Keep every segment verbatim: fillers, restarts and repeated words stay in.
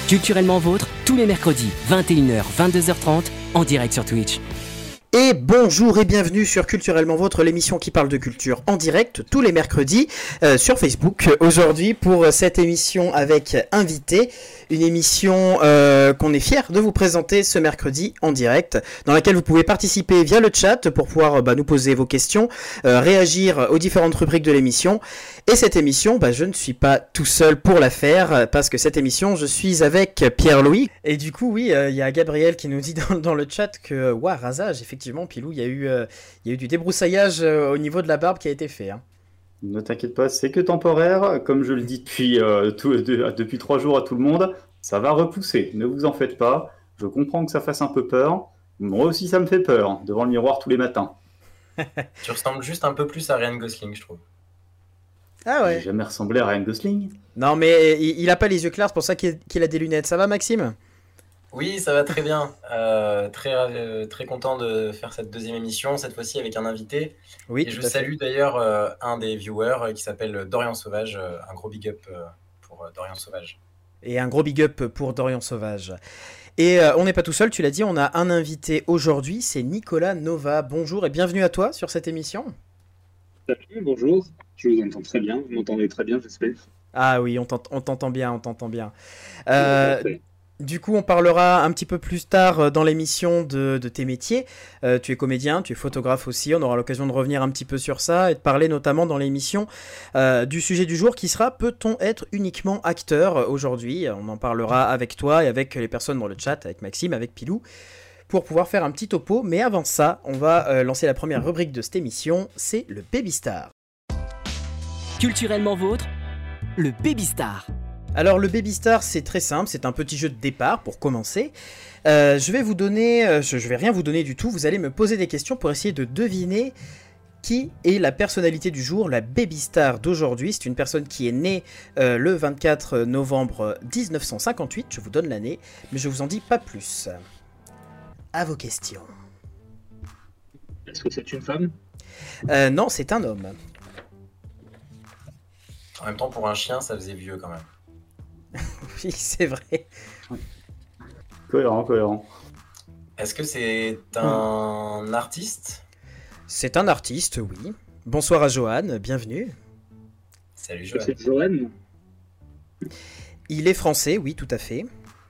Culturellement Vôtre, tous les mercredis, vingt et une heures, vingt-deux heures trente, en direct sur Twitch. Et bonjour et bienvenue sur Culturellement Vôtre, l'émission qui parle de culture en direct tous les mercredis euh, sur Facebook. Aujourd'hui pour cette émission avec invité, une émission euh, qu'on est fier de vous présenter ce mercredi en direct, dans laquelle vous pouvez participer via le chat pour pouvoir bah, nous poser vos questions, euh, réagir aux différentes rubriques de l'émission. Et cette émission, bah, je ne suis pas tout seul pour la faire, parce que cette émission, je suis avec Pierre-Louis. Et du coup, oui, il euh, y a Gabriel qui nous dit dans, dans le chat que, ouah, rasage, effectivement, Pilou, il y a eu, euh, y a eu du débroussaillage euh, au niveau de la barbe qui a été fait. Hein. Ne t'inquiète pas, c'est que temporaire. Comme je le dis depuis, euh, tout, de, depuis trois jours à tout le monde, ça va repousser. Ne vous en faites pas. Je comprends que ça fasse un peu peur. Moi aussi, ça me fait peur, devant le miroir tous les matins. Tu ressembles juste un peu plus à Ryan Gosling, je trouve. Ah ouais. J'ai jamais ressemblé à Ryan Gosling. Non, mais il, il a pas les yeux clairs, c'est pour ça qu'il, qu'il a des lunettes. Ça va, Maxime ? Oui, ça va très bien. Euh, très, euh, très content de faire cette deuxième émission, cette fois-ci avec un invité. Oui, et je salue d'ailleurs euh, un des viewers euh, qui s'appelle Dorian Sauvage. Euh, un gros big up euh, pour euh, Dorian Sauvage. Et un gros big up pour Dorian Sauvage. Et euh, on n'est pas tout seul, tu l'as dit, on a un invité aujourd'hui, c'est Nicolas Nova. Bonjour et bienvenue à toi sur cette émission. Salut, bonjour. Je vous entends très bien, vous m'entendez très bien, j'espère. Ah oui, on, t'ent- on t'entend bien, on t'entend bien. Euh, du coup, on parlera un petit peu plus tard dans l'émission de, de tes métiers. Euh, tu es comédien, tu es photographe aussi, on aura l'occasion de revenir un petit peu sur ça et de parler notamment dans l'émission euh, du sujet du jour qui sera « Peut-on être uniquement acteur ?» aujourd'hui. On en parlera avec toi et avec les personnes dans le chat, avec Maxime, avec Pilou, pour pouvoir faire un petit topo. Mais avant ça, on va euh, lancer la première rubrique de cette émission, c'est le Baby Star. Culturellement Vôtre, le Baby Star. Alors le Baby Star, c'est très simple, c'est un petit jeu de départ pour commencer. Euh, je vais vous donner, euh, je, je vais rien vous donner du tout, vous allez me poser des questions pour essayer de deviner qui est la personnalité du jour, la Baby Star d'aujourd'hui. C'est une personne qui est née euh, le vingt-quatre novembre dix-neuf cent cinquante-huit, je vous donne l'année, mais je vous en dis pas plus. À vos questions. Est-ce que c'est une femme ? euh, Non, c'est un homme. En même temps, pour un chien, ça faisait vieux quand même. Oui, c'est vrai. Cohérent, cohérent. Est-ce que c'est un mmh. artiste ? C'est un artiste, oui. Bonsoir à Johan, bienvenue. Salut Johan. C'est Johan ? Il est français, oui, tout à fait.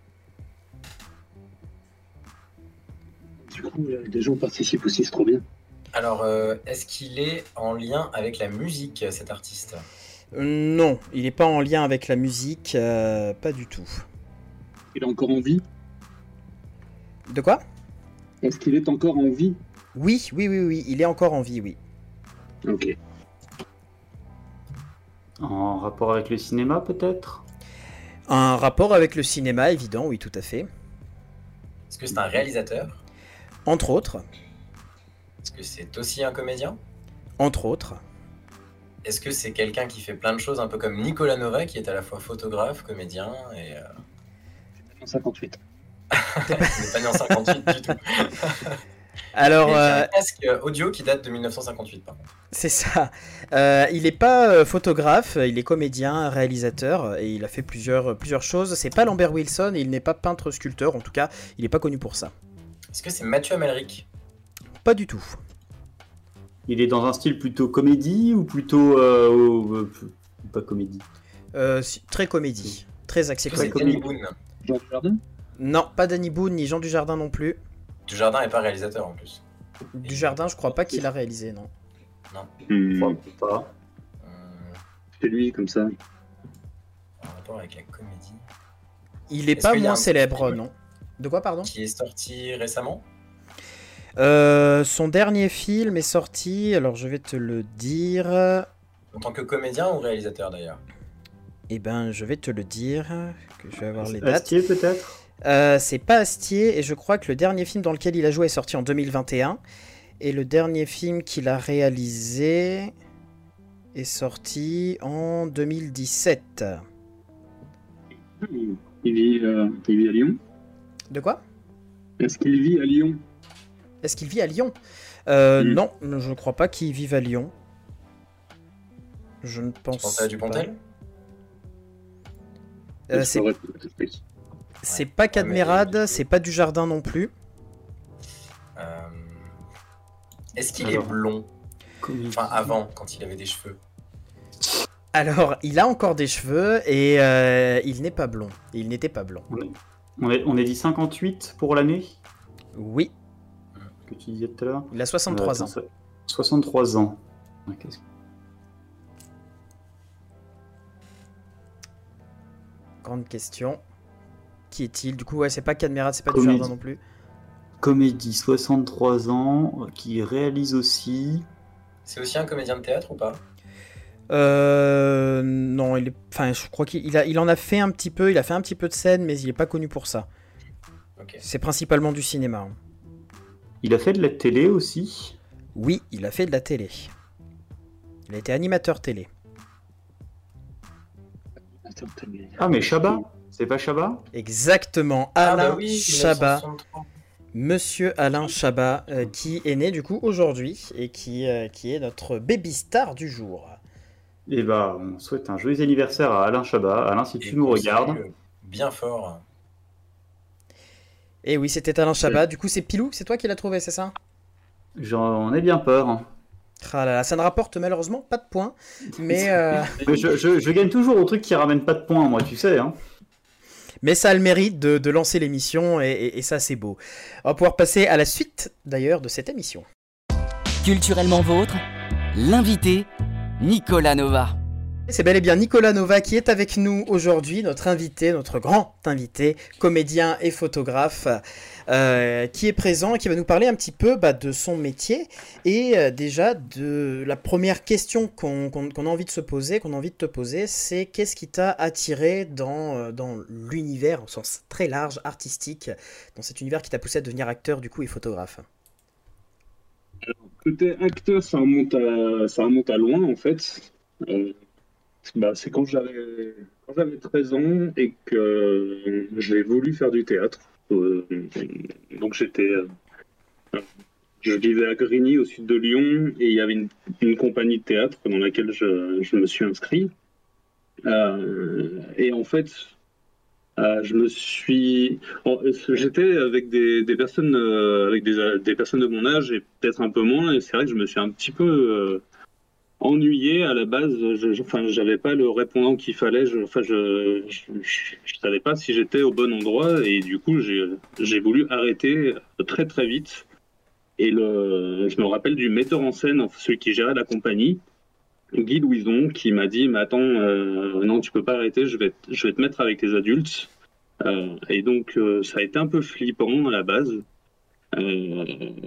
Du coup, des gens participent aussi, c'est trop bien. Alors, euh, est-ce qu'il est en lien avec la musique, cet artiste ? Euh, non, il n'est pas en lien avec la musique, euh, pas du tout. Il est encore en vie ? De quoi ? Est-ce qu'il est encore en vie ? Oui, oui, oui, oui, il est encore en vie, oui. Ok. En rapport avec le cinéma, peut-être ? Un rapport avec le cinéma, évident, oui, tout à fait. Est-ce que c'est un réalisateur ? Entre autres. Est-ce que c'est aussi un comédien ? Entre autres. Est-ce que c'est quelqu'un qui fait plein de choses, un peu comme Nicolas Nova, qui est à la fois photographe, comédien et... Euh... En cinquante-huit. Il n'est pas né en cinquante-huit du tout. Alors, il a euh... un casque audio qui date de mille neuf cent cinquante-huit, par contre. C'est ça. Euh, il n'est pas euh, photographe, il est comédien, réalisateur, et il a fait plusieurs, plusieurs choses. C'est pas Lambert Wilson, et il n'est pas peintre-sculpteur, en tout cas, il n'est pas connu pour ça. Est-ce que c'est Mathieu Amalric ? Pas du tout. Il est dans un style plutôt comédie ou plutôt... Euh, euh, pas comédie euh, Très comédie, très axé comédie. comédie. C'est Danny Boone. Jean Dujardin ? Non, pas Danny Boone, ni Jean Dujardin non plus. Dujardin n'est pas réalisateur en plus. Dujardin, je crois pas qu'il a réalisé, non. Non. Hmm. Pas. Euh, C'est lui, comme ça. en rapport avec la comédie. Il est Est-ce pas qu'il y a moins un célèbre, film non. De quoi, pardon ? Qui est sorti récemment ? Euh, son dernier film est sorti, alors je vais te le dire. En tant que comédien ou réalisateur d'ailleurs ? Eh ben, je vais te le dire, que je vais avoir les dates. Astier, peut-être ? Euh, c'est pas Astier, et je crois que le dernier film dans lequel il a joué est sorti en deux mille vingt et un. Et le dernier film qu'il a réalisé est sorti en deux mille dix-sept. Il vit, euh, il vit à Lyon ? De quoi ? Est-ce qu'il vit à Lyon ? Est-ce qu'il vit à Lyon ? euh, Mm. Non, je ne crois pas qu'il vive à Lyon. Je ne pense Tu pensais à Dupontel ? pas. Euh, Je c'est saurais peut-être expliquer. C'est Ouais. pas Ouais, mais- Cadmerade, c'est pas Dujardin non plus. Euh, Est-ce qu'il est Alors. blond? Comédie. Enfin, avant, quand il avait des cheveux. Alors, il a encore des cheveux et euh, il n'est pas blond. Il n'était pas blond. On est, on est, on est dit cinquante-huit pour l'année Oui, que tu disais tout à l'heure. il a soixante-trois Euh, ans. attends, ça- soixante-trois ans. Ouais, qu'est-ce que- Grande question. Qui est-il? Du coup, ouais, c'est pas Cadmerade, c'est pas Comédie. Dujardin non plus. Comédie, soixante-trois ans, euh, qui réalise aussi. C'est aussi un comédien de théâtre ou pas? Euh, non, il est, enfin, je crois qu'il il a, il en a fait un petit peu. Il a fait un petit peu de scène, mais il est pas connu pour ça. Ok. C'est principalement du cinéma, hein. Il a fait de la télé aussi. Oui, il a fait de la télé. Il a été animateur télé. Attends, t'as mis- Ah, mais Chabat? C'est pas Chabat? Exactement, Ah Alain bah oui, Chabat. mille neuf cent soixante-trois. Monsieur Alain Chabat, euh, qui est né du coup aujourd'hui et qui, euh, qui est notre baby star du jour. Eh bah, on souhaite un joyeux anniversaire à Alain Chabat. Alain, si Et tu nous qu'on regardes. salue bien fort. Et oui, c'était Alain Chabat. Du coup, c'est Pilou, c'est toi qui l'as trouvé, c'est ça? J'en ai bien peur. Ah là là, ça ne rapporte malheureusement pas de points, mais, euh, Mais je, je- je gagne toujours au truc qui ramène pas de points, moi, tu sais. Hein. mais ça a le mérite de, de lancer l'émission et, et- et ça c'est beau. On va pouvoir passer à la suite d'ailleurs de cette émission. Culturellement vôtre, l'invité, Nicolas Nova. C'est bel et bien Nicolas Nova qui est avec nous aujourd'hui, notre invité, notre grand invité, comédien et photographe, euh, qui est présent et qui va nous parler un petit peu bah, de son métier et euh, déjà de la première question qu'on qu'on- qu'on a envie de se poser, qu'on a envie de te poser, c'est qu'est-ce qui t'a attiré dans, euh, dans l'univers, au sens très large, artistique, dans cet univers qui t'a poussé à devenir acteur du coup et photographe. Côté acteur, ça remonte à, ça remonte à loin en fait. Euh, bah, c'est quand j'avais quand j'avais treize ans et que j'ai voulu faire du théâtre. Euh, donc j'étais, euh, je vivais à Grigny au sud de Lyon et il y avait une, une compagnie de théâtre dans laquelle je, je me suis inscrit. Euh, et en fait, euh, je me suis, bon, j'étais avec des, des personnes, euh, avec des, des personnes de mon âge et peut-être un peu moins. Et c'est vrai que je me suis un petit peu euh, ennuyé à la base. Je, je, enfin, j'avais pas le répondant qu'il fallait. Je, enfin, je, je, je, je savais pas si j'étais au bon endroit et du coup, j'ai, j'ai voulu arrêter très très vite. Et le, je me rappelle du metteur en scène, celui qui gérait la compagnie, Guy Louison, qui m'a dit mais attends, euh, non, tu peux pas arrêter, je vais, te- je vais te mettre avec les adultes. Euh, et donc, euh, ça a été un peu flippant à la base. Euh,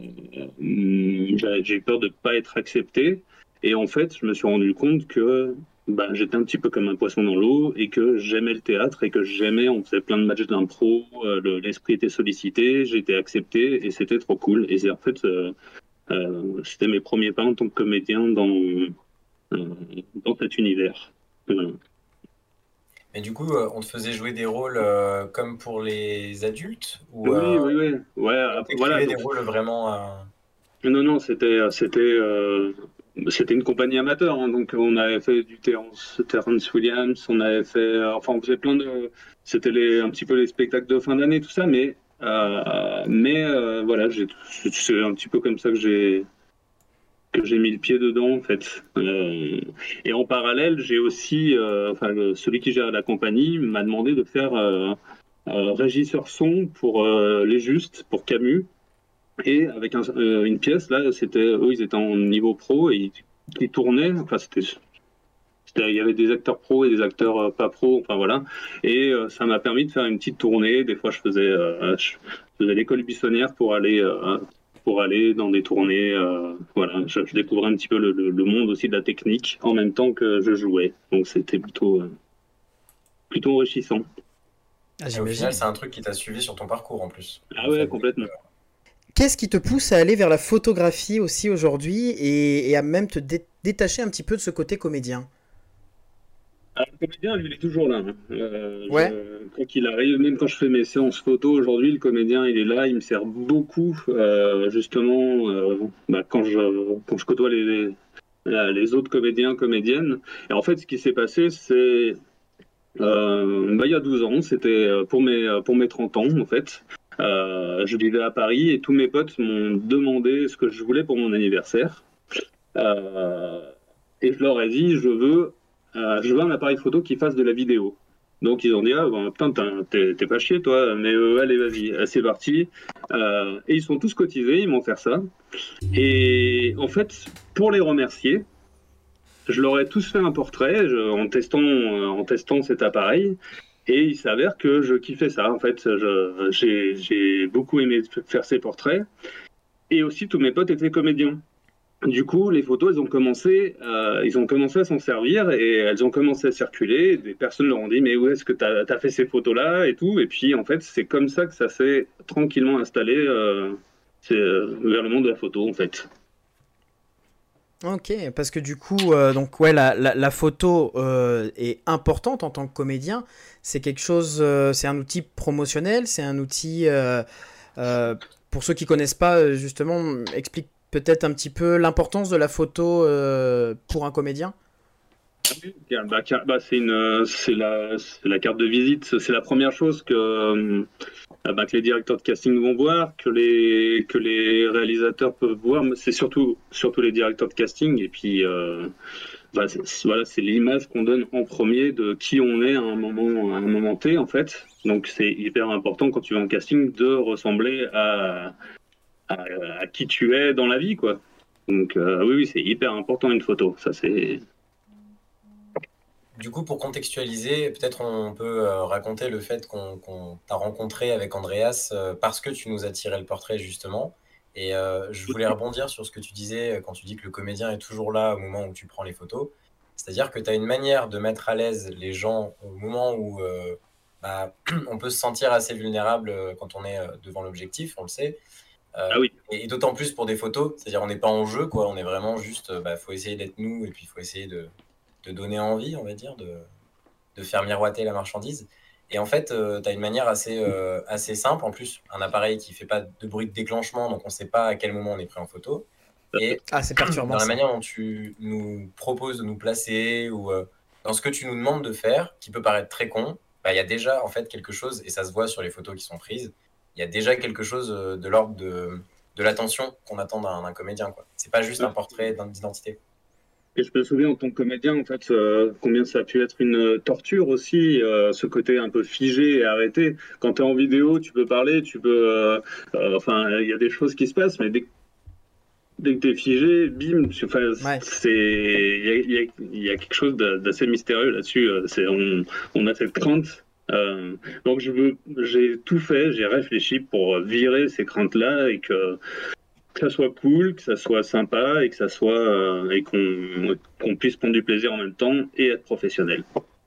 hum, j'ai j'ai eu peur de ne pas être accepté. Et en fait, je me suis rendu compte que bah, j'étais un petit peu comme un poisson dans l'eau et que j'aimais le théâtre et que j'aimais, on faisait plein de matchs d'impro, euh, le- l'esprit était sollicité, j'étais accepté et c'était trop cool. Et c'est en fait, euh, euh, c'était mes premiers pas en tant que comédien dans, euh, dans cet univers. Voilà. Mais du coup, euh, on te faisait jouer des rôles euh, comme pour les adultes ou Oui, euh, oui, oui. Ouais, on après, voilà. t'écrivait des donc- rôles vraiment. euh, Non, non, c'était, c'était, euh, c'était une compagnie amateur. Hein, donc, on avait fait du Terrence, Terrence Williams, on avait fait, euh, enfin, on faisait plein de, c'était les, un petit peu les spectacles de fin d'année, tout ça. Mais, euh, mais euh, voilà, j'ai, c'est un petit peu comme ça que j'ai, que j'ai mis le pied dedans, en fait. Euh, et en parallèle, j'ai aussi, euh, enfin, le- celui qui gère la compagnie m'a demandé de faire euh, euh, régisseur son pour euh, Les Justes, pour Camus. Et avec un- euh, une pièce, là, c'était, eux, ils étaient en niveau pro et ils, ils tournaient. Enfin, c'était, c'était- il y avait des acteurs pro et des acteurs euh, pas pro. Enfin, voilà. Et euh, ça m'a permis de faire une petite tournée. Des fois, je faisais, euh, je faisais l'école buissonnière pour aller, euh, pour aller dans des tournées. Euh, voilà. Je, je découvrais un petit peu le, le- le monde aussi de la technique en même temps que je jouais. Donc, c'était plutôt, euh, plutôt enrichissant. Ah, Et au j'imagine. final, c'est un truc qui t'a suivi sur ton parcours en plus. Ah Le ouais, fait de- complètement. Qu'est-ce qui te pousse à aller vers la photographie aussi aujourd'hui et, et à même te dé- détacher un petit peu de ce côté comédien? Ah, le comédien, lui, il est toujours là. Hein. Euh, Ouais. je- quoi qu'il arrive, même quand je fais mes séances photo aujourd'hui, le comédien, il est là, il me sert beaucoup, euh, justement, euh, bah, quand je, quand je côtoie les, les, les autres comédiens, comédiennes. Et en fait, ce qui s'est passé, c'est Euh, bah, il y a douze ans, c'était pour mes, pour mes trente ans en fait. Euh, je vivais à Paris et tous mes potes m'ont demandé ce que je voulais pour mon anniversaire. Euh, et je leur ai dit, je veux, euh, je veux un appareil photo qui fasse de la vidéo. Donc ils ont dit, ah ben, putain, t'es, t'es pas chier toi, mais euh, allez, vas-y, c'est parti. Euh, et ils sont tous cotisés, ils m'ont fait ça. Et en fait, pour les remercier, je leur ai tous fait un portrait je, en, testant, euh, en testant cet appareil. Et il s'avère que je kiffais ça. En fait, je, j'ai, j'ai beaucoup aimé faire ces portraits. Et aussi, tous mes potes étaient comédiens. Du coup, les photos, elles ont commencé, euh, ils ont commencé à s'en servir et elles ont commencé à circuler. Des personnes leur ont dit, mais où est-ce que tu as fait ces photos-là et tout. Et puis, en fait, c'est comme ça que ça s'est tranquillement installé euh, c'est, euh, vers le monde de la photo, en fait. Ok, parce que du coup, euh, donc ouais, la, la, la photo euh, est importante en tant que comédien. C'est quelque chose, euh, c'est un outil promotionnel, c'est un outil, euh, euh, pour ceux qui connaissent pas, justement, explique peut-être un petit peu l'importance de la photo euh, pour un comédien. Bah, bah, c'est, une, c'est, la, c'est la carte de visite, c'est la première chose que, euh, bah, que les directeurs de casting vont voir, que les, que les réalisateurs peuvent voir. C'est surtout, surtout les directeurs de casting. Et puis, euh, bah, c'est, voilà, c'est l'image qu'on donne en premier de qui on est à un moment, à un moment T, en fait. Donc, c'est hyper important quand tu vas en casting de ressembler à, à, à qui tu es dans la vie, quoi. Donc, euh, oui, oui, c'est hyper important une photo. Ça, c'est. Du coup, pour contextualiser, peut-être on peut euh, raconter le fait qu'on, qu'on t'a rencontré avec Andreas euh, parce que tu nous as tiré le portrait justement. Et euh, je voulais rebondir sur ce que tu disais quand tu dis que le comédien est toujours là au moment où tu prends les photos. C'est-à-dire que tu as une manière de mettre à l'aise les gens au moment où euh, bah, on peut se sentir assez vulnérable quand on est euh, devant l'objectif, on le sait. Euh, Ah oui. et, et d'autant plus pour des photos, c'est-à-dire on n'est pas en jeu, quoi. On est vraiment juste, bah, faut essayer d'être nous et puis il faut essayer de de donner envie, on va dire, de, de faire miroiter la marchandise. Et en fait, euh, tu as une manière assez, euh, assez simple. En plus, un appareil qui ne fait pas de bruit de déclenchement, donc on ne sait pas à quel moment on est pris en photo. Et ah, c'est perturbant, dans la ça. manière dont tu nous proposes de nous placer ou euh, dans ce que tu nous demandes de faire, qui peut paraître très con, bah, y a déjà en fait quelque chose, et ça se voit sur les photos qui sont prises, il y a déjà quelque chose de l'ordre de, de l'attention qu'on attend d'un, d'un comédien. Ce n'est pas juste un portrait d'identité. Et je me souviens en tant que comédien, en fait, euh, combien ça a pu être une torture aussi, euh, ce côté un peu figé et arrêté. Quand tu es en vidéo, tu peux parler, tu peux. Euh, euh, enfin, il y a des choses qui se passent, mais dès, dès que tu es figé, bim, enfin, Ouais. c'est, il y a, y a quelque chose d'assez mystérieux là-dessus. C'est, on, on a cette crainte. Euh, donc, je veux, j'ai tout fait, j'ai réfléchi pour virer ces craintes-là et que. Que ça soit cool, que ça soit sympa et que ça soit euh, et qu'on, qu'on puisse prendre du plaisir en même temps et être professionnel.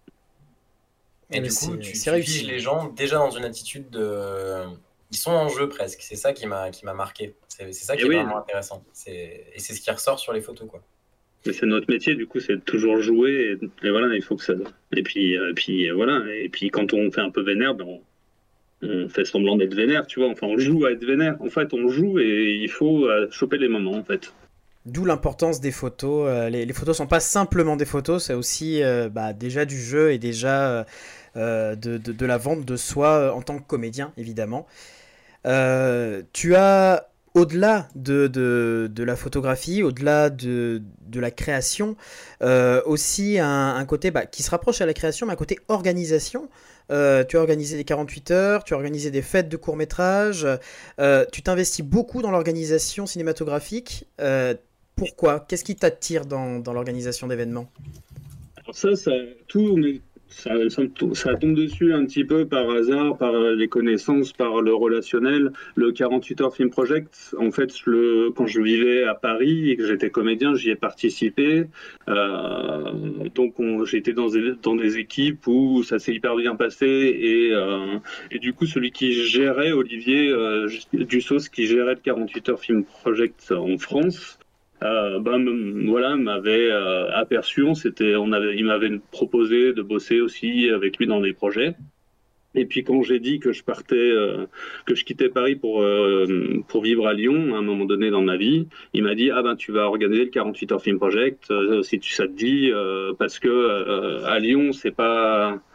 Et du coup, tu, tu figes les gens déjà dans une attitude de, ils sont en jeu presque. C'est ça qui m'a qui m'a marqué. C'est, c'est ça qui et est oui. vraiment intéressant. C'est... Et c'est ce qui ressort sur les photos, quoi. Mais c'est notre métier, du coup, c'est de toujours jouer et, et voilà, il faut que ça. Et puis, euh, puis voilà, et puis quand on fait un peu vénère, ben on... on fait semblant d'être vénère, tu vois. Enfin, on joue à être vénère. En fait, on joue et il faut euh, choper les moments, en fait. D'où l'importance des photos. Euh, les, les photos sont pas simplement des photos, c'est aussi euh, bah, déjà du jeu et déjà euh, de, de, de la vente de soi en tant que comédien, évidemment. Euh, tu as, au-delà de, de, de la photographie, au-delà de, de la création, euh, aussi un, un côté bah, qui se rapproche à la création, mais un côté organisation. Euh, tu as organisé des quarante-huit heures, tu as organisé des fêtes de court-métrage, euh, tu t'investis beaucoup dans l'organisation cinématographique. Euh, pourquoi ? Qu'est-ce qui t'attire dans, dans l'organisation d'événements ? Alors ça, ça, tout, ça, ça, ça tombe dessus un petit peu par hasard, par les connaissances, par le relationnel. Le quarante-huit heures Film Project, en fait, le, quand je vivais à Paris et que j'étais comédien, j'y ai participé. Euh, donc, on, j'étais dans des, dans des équipes où ça s'est hyper bien passé. Et, euh, et du coup, celui qui gérait, Olivier euh, Dussos, qui gérait le quarante-huit heures Film Project en France, Euh, ben, voilà, m'avait euh, aperçu, on s'était, on avait, il m'avait proposé de bosser aussi avec lui dans des projets. Et puis quand j'ai dit que je partais, euh, que je quittais Paris pour euh, pour vivre à Lyon à un moment donné dans ma vie, il m'a dit ah ben tu vas organiser le quarante-huit heures Film Project euh, si tu ça te dit euh, parce que euh, à Lyon c'est pas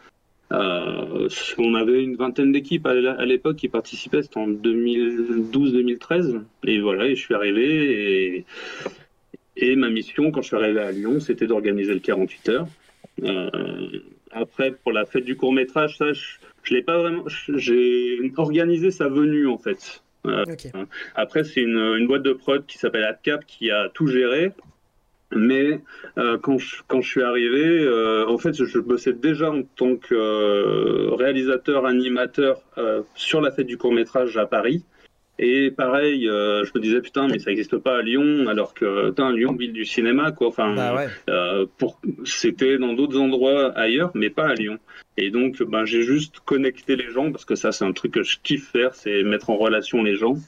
Euh, on avait une vingtaine d'équipes à l'- à l'époque qui participaient, c'était en deux mille douze deux mille treize. Et voilà, et je suis arrivé et, et ma mission quand je suis arrivé à Lyon, c'était d'organiser le quarante-huit heures. Euh, Après, pour la fête du court-métrage, ça, je, je l'ai pas vraiment. J'ai organisé sa venue en fait. Euh, Ok. Après, c'est une, une boîte de prod qui s'appelle AdCap qui a tout géré. Mais euh, quand, je, quand je suis arrivé, euh, en fait, je, je bossais déjà en tant que euh, réalisateur, animateur euh, sur la fête du court-métrage à Paris. Et pareil, euh, je me disais putain, mais ça n'existe pas à Lyon, alors que putain, Lyon, ville du cinéma, quoi. Enfin, Bah ouais. euh, pour, c'était dans d'autres endroits ailleurs, mais pas à Lyon. Et donc, ben, j'ai juste connecté les gens parce que ça, c'est un truc que je kiffe faire, c'est mettre en relation les gens.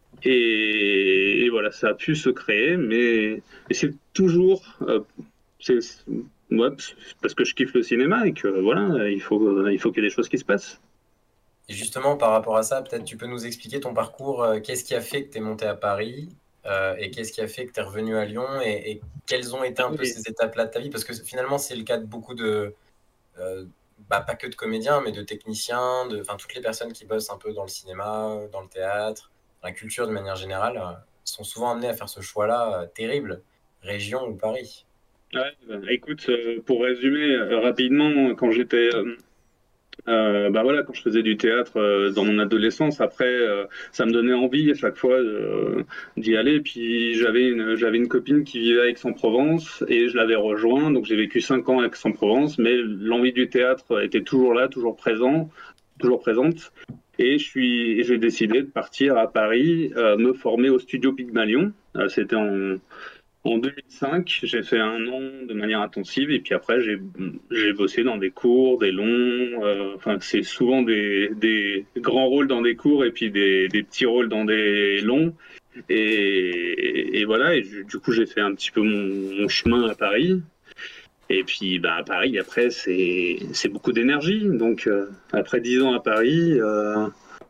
Et, et voilà, ça a pu se créer, mais et c'est toujours, euh, c'est, c'est- ouais, parce que je kiffe le cinéma et que voilà, il faut, il faut qu'il y ait des choses qui se passent. Et justement, par rapport à ça, peut-être tu peux nous expliquer ton parcours. euh, Qu'est-ce qui a fait que tu es monté à Paris euh, et qu'est-ce qui a fait que tu es revenu à Lyon et, et quelles ont été un peu Oui. ces étapes-là de ta vie? Parce que finalement, c'est le cas de beaucoup de, euh, bah, pas que de comédiens, mais de techniciens, de, enfin, toutes les personnes qui bossent un peu dans le cinéma, dans le théâtre, dans la culture de manière générale, euh, sont souvent amenés à faire ce choix-là euh, terrible, région ou Paris. Ouais, bah, écoute, euh, pour résumer euh, rapidement, quand j'étais euh, Euh, bah voilà, quand je faisais du théâtre euh, dans mon adolescence, après, euh, ça me donnait envie à chaque fois euh, d'y aller. Puis j'avais une, j'avais une copine qui vivait à Aix-en-Provence et je l'avais rejoint. Donc j'ai vécu cinq ans à Aix-en-Provence, mais l'envie du théâtre était toujours là, toujours présent, toujours présente. Et je suis, et j'ai décidé de partir à Paris, euh, me former au studio Pygmalion. Euh, c'était en en deux mille cinq, j'ai fait un an de manière intensive et puis après j'ai j'ai bossé dans des cours, des longs. Euh, enfin, c'est souvent des, des grands rôles dans des cours et puis des, des petits rôles dans des longs. Et, et voilà. Et du coup, j'ai fait un petit peu mon, mon chemin à Paris. Et puis, bah, à Paris, après, c'est c'est beaucoup d'énergie. Donc, euh, après dix ans à Paris. Euh,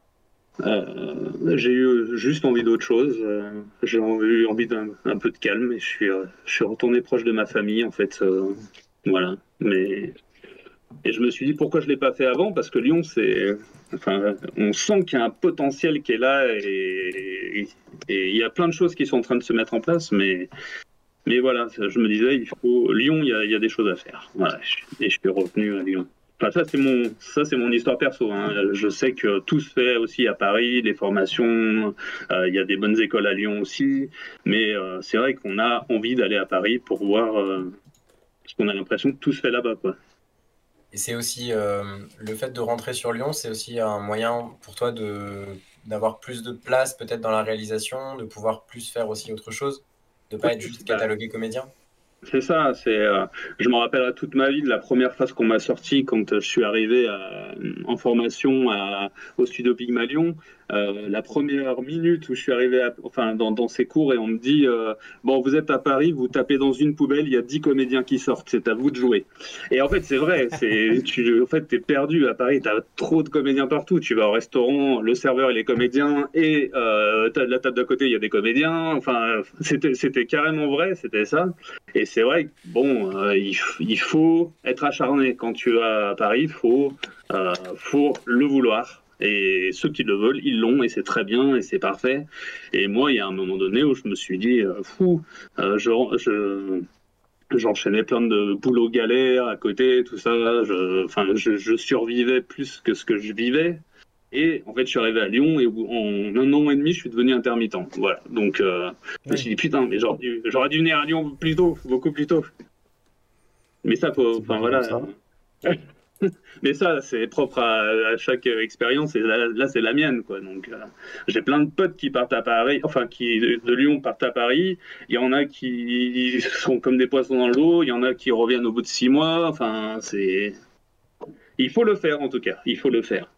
euh, j'ai eu juste envie d'autre chose. Euh, j'ai eu envie d'un un peu de calme et je suis, euh, je suis retourné proche de ma famille en fait. Euh, voilà. Mais et je me suis dit pourquoi je l'ai pas fait avant parce que Lyon c'est, enfin, on sent qu'il y a un potentiel qui est là et, et il y a plein de choses qui sont en train de se mettre en place. Mais mais voilà, je me disais il faut Lyon, il y a, il y a des choses à faire. Voilà. Et je suis revenu à Lyon. Enfin, ça, c'est mon, ça, c'est mon histoire perso, hein. Je sais que tout se fait aussi à Paris, les formations, euh, il y a des bonnes écoles à Lyon aussi. Mais euh, c'est vrai qu'on a envie d'aller à Paris pour voir, euh, parce qu'on a l'impression que tout se fait là-bas, quoi. Et c'est aussi euh, le fait de rentrer sur Lyon, c'est aussi un moyen pour toi de d'avoir plus de place peut-être dans la réalisation, de pouvoir plus faire aussi autre chose, de pas être juste Bah, catalogué comédien. c'est ça, c'est, euh, je me rappellerai toute ma vie de la première phrase qu'on m'a sortie quand je suis arrivé à- en formation à- au studio Pygmalion. Euh, la première minute où je suis arrivé à- enfin, dans, dans ces cours et on me dit euh, bon, vous êtes à Paris, vous tapez dans une poubelle, il y a dix comédiens qui sortent, c'est à vous de jouer. Et en fait, c'est vrai, c'est, tu, en fait, t'es perdu à Paris, t'as trop de comédiens partout. Tu vas au restaurant, le serveur il est comédien et euh, t'as- la table d'à côté il y a des comédiens. Enfin, c'était, c'était carrément vrai, c'était ça. Et c'est vrai que bon, euh, il, il faut être acharné quand tu vas à Paris, il faut, euh, faut le vouloir. Et ceux qui le veulent, ils l'ont, et c'est très bien, et c'est parfait. Et moi, il y a un moment donné où je me suis dit, euh, fou, euh, je, je, j'enchaînais plein de boulots galères à côté, tout ça. Je, enfin, je, je survivais plus que ce que je vivais. Et en fait, je suis arrivé à Lyon et en un an et demi, je suis devenu intermittent. Voilà. Donc, euh, je me Oui. suis dit, putain, mais j'aurais dû, j'aurais dû venir à Lyon plus tôt, beaucoup plus tôt. Mais ça, faut, C'est enfin plutôt comme voilà. ça. Mais ça, c'est propre à, à chaque expérience. Et là, là, c'est la mienne, quoi. Donc, euh, j'ai plein de potes qui partent à Paris, enfin, qui de, de Lyon partent à Paris. Il y en a qui sont comme des poissons dans l'eau. Il y en a qui reviennent au bout de six mois. Enfin, c'est, il faut le faire, en tout cas. Il faut le faire.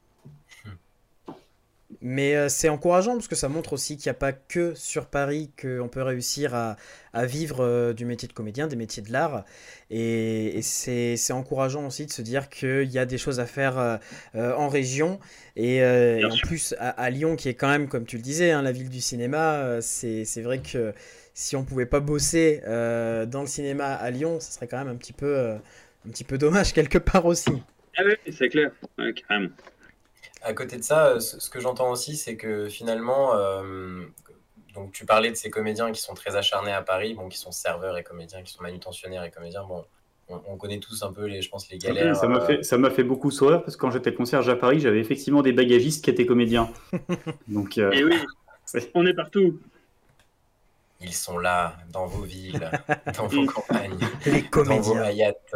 Mais euh, c'est encourageant parce que ça montre aussi qu'il n'y a pas que sur Paris qu'on peut réussir à, à vivre euh, du métier de comédien, des métiers de l'art. Et, et c'est, c'est encourageant aussi de se dire qu'il y a des choses à faire euh, euh, en région. Et, euh, et Bien en sûr. plus, à, à Lyon, qui est quand même, comme tu le disais, hein, la ville du cinéma, euh, c'est, c'est vrai que si on pouvait pas bosser euh, dans le cinéma à Lyon, ça serait quand même un petit peu, euh, un petit peu dommage quelque part aussi. Ah oui, c'est clair, ouais, carrément. À côté de ça, euh, ce, ce que j'entends aussi, c'est que finalement, euh, donc tu parlais de ces comédiens qui sont très acharnés à Paris, bon, qui sont serveurs et comédiens, qui sont manutentionnaires et comédiens. Bon, on, on connaît tous un peu les, je pense, les Ouais, galères. ça m'a euh, fait, ça m'a fait beaucoup sourire parce que quand j'étais concierge à Paris, j'avais effectivement des bagagistes qui étaient comédiens. Donc, euh, Et oui, c'est- on est partout. Ils sont là, dans vos villes, dans vos Mm. campagnes, Les dans vos comédiens. hayates.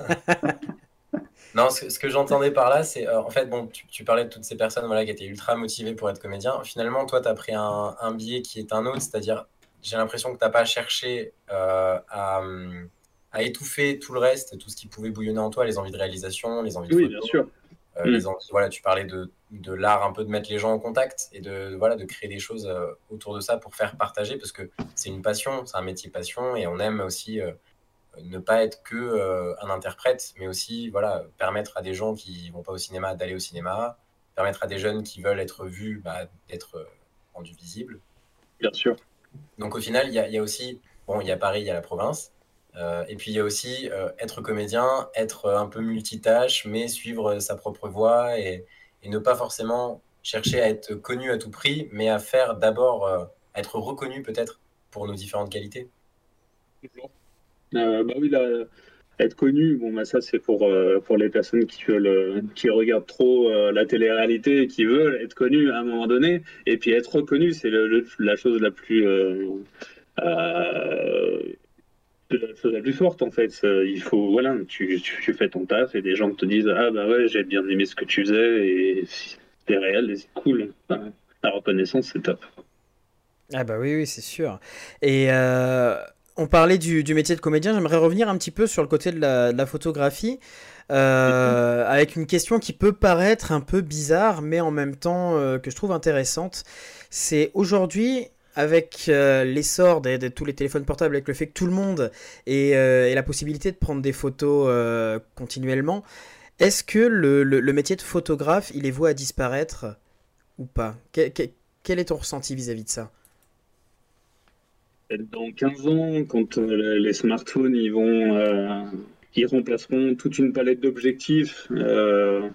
Non, ce, ce que j'entendais par là, c'est euh, en fait, bon, tu, tu parlais de toutes ces personnes voilà, qui étaient ultra motivées pour être comédien. Finalement, toi, tu as pris un, un biais qui est un autre, c'est-à-dire, j'ai l'impression que tu n'as pas cherché euh, à, hum, à étouffer tout le reste, tout ce qui pouvait bouillonner en toi, les envies de réalisation, les envies de Oui, bien photo, sûr. euh, Mm. les envies, voilà, tu parlais de, de l'art, un peu de mettre les gens en contact et de, voilà, de créer des choses euh, autour de ça pour faire partager, parce que c'est une passion, c'est un métier passion, et on aime aussi. Euh, ne pas être que euh, un interprète, mais aussi voilà, permettre à des gens qui vont pas au cinéma d'aller au cinéma, permettre à des jeunes qui veulent être vus bah, d'être euh, rendus visibles. Bien sûr. Donc au final, il y a, y a aussi, bon, il y a Paris, il y a la province, euh, et puis il y a aussi euh, être comédien, être un peu multitâche, mais suivre sa propre voie et, et ne pas forcément chercher à être connu à tout prix, mais à faire d'abord, euh, à être reconnu peut-être pour nos différentes qualités. Euh, bah oui, là, être connu, bon, bah ça c'est pour, euh, pour les personnes qui veulent, euh, qui regardent trop euh, la télé-réalité et qui veulent être connues à un moment donné. Et puis être reconnu, c'est le, le- la chose la plus, euh, euh, la chose la plus forte en fait. Euh, Il faut, voilà, tu, tu, tu fais ton taf et des gens te disent ah bah ouais, j'ai bien aimé ce que tu faisais et c'est réel et c'est cool. Enfin, la reconnaissance, c'est top. Ah bah oui, oui, c'est sûr. Et euh, on parlait du, du métier de comédien, j'aimerais revenir un petit peu sur le côté de la, de la photographie, euh, avec une question qui peut paraître un peu bizarre, mais en même temps euh, que je trouve intéressante. C'est aujourd'hui, avec euh, l'essor de, de tous les téléphones portables, avec le fait que tout le monde ait, euh, ait la possibilité de prendre des photos euh, continuellement, est-ce que le, le- le métier de photographe, il est voué à disparaître ou pas? Que- que- Quel est ton ressenti vis-à-vis de ça? Dans quinze ans, quand euh, les smartphones ils vont, euh, ils remplaceront toute une palette d'objectifs, euh,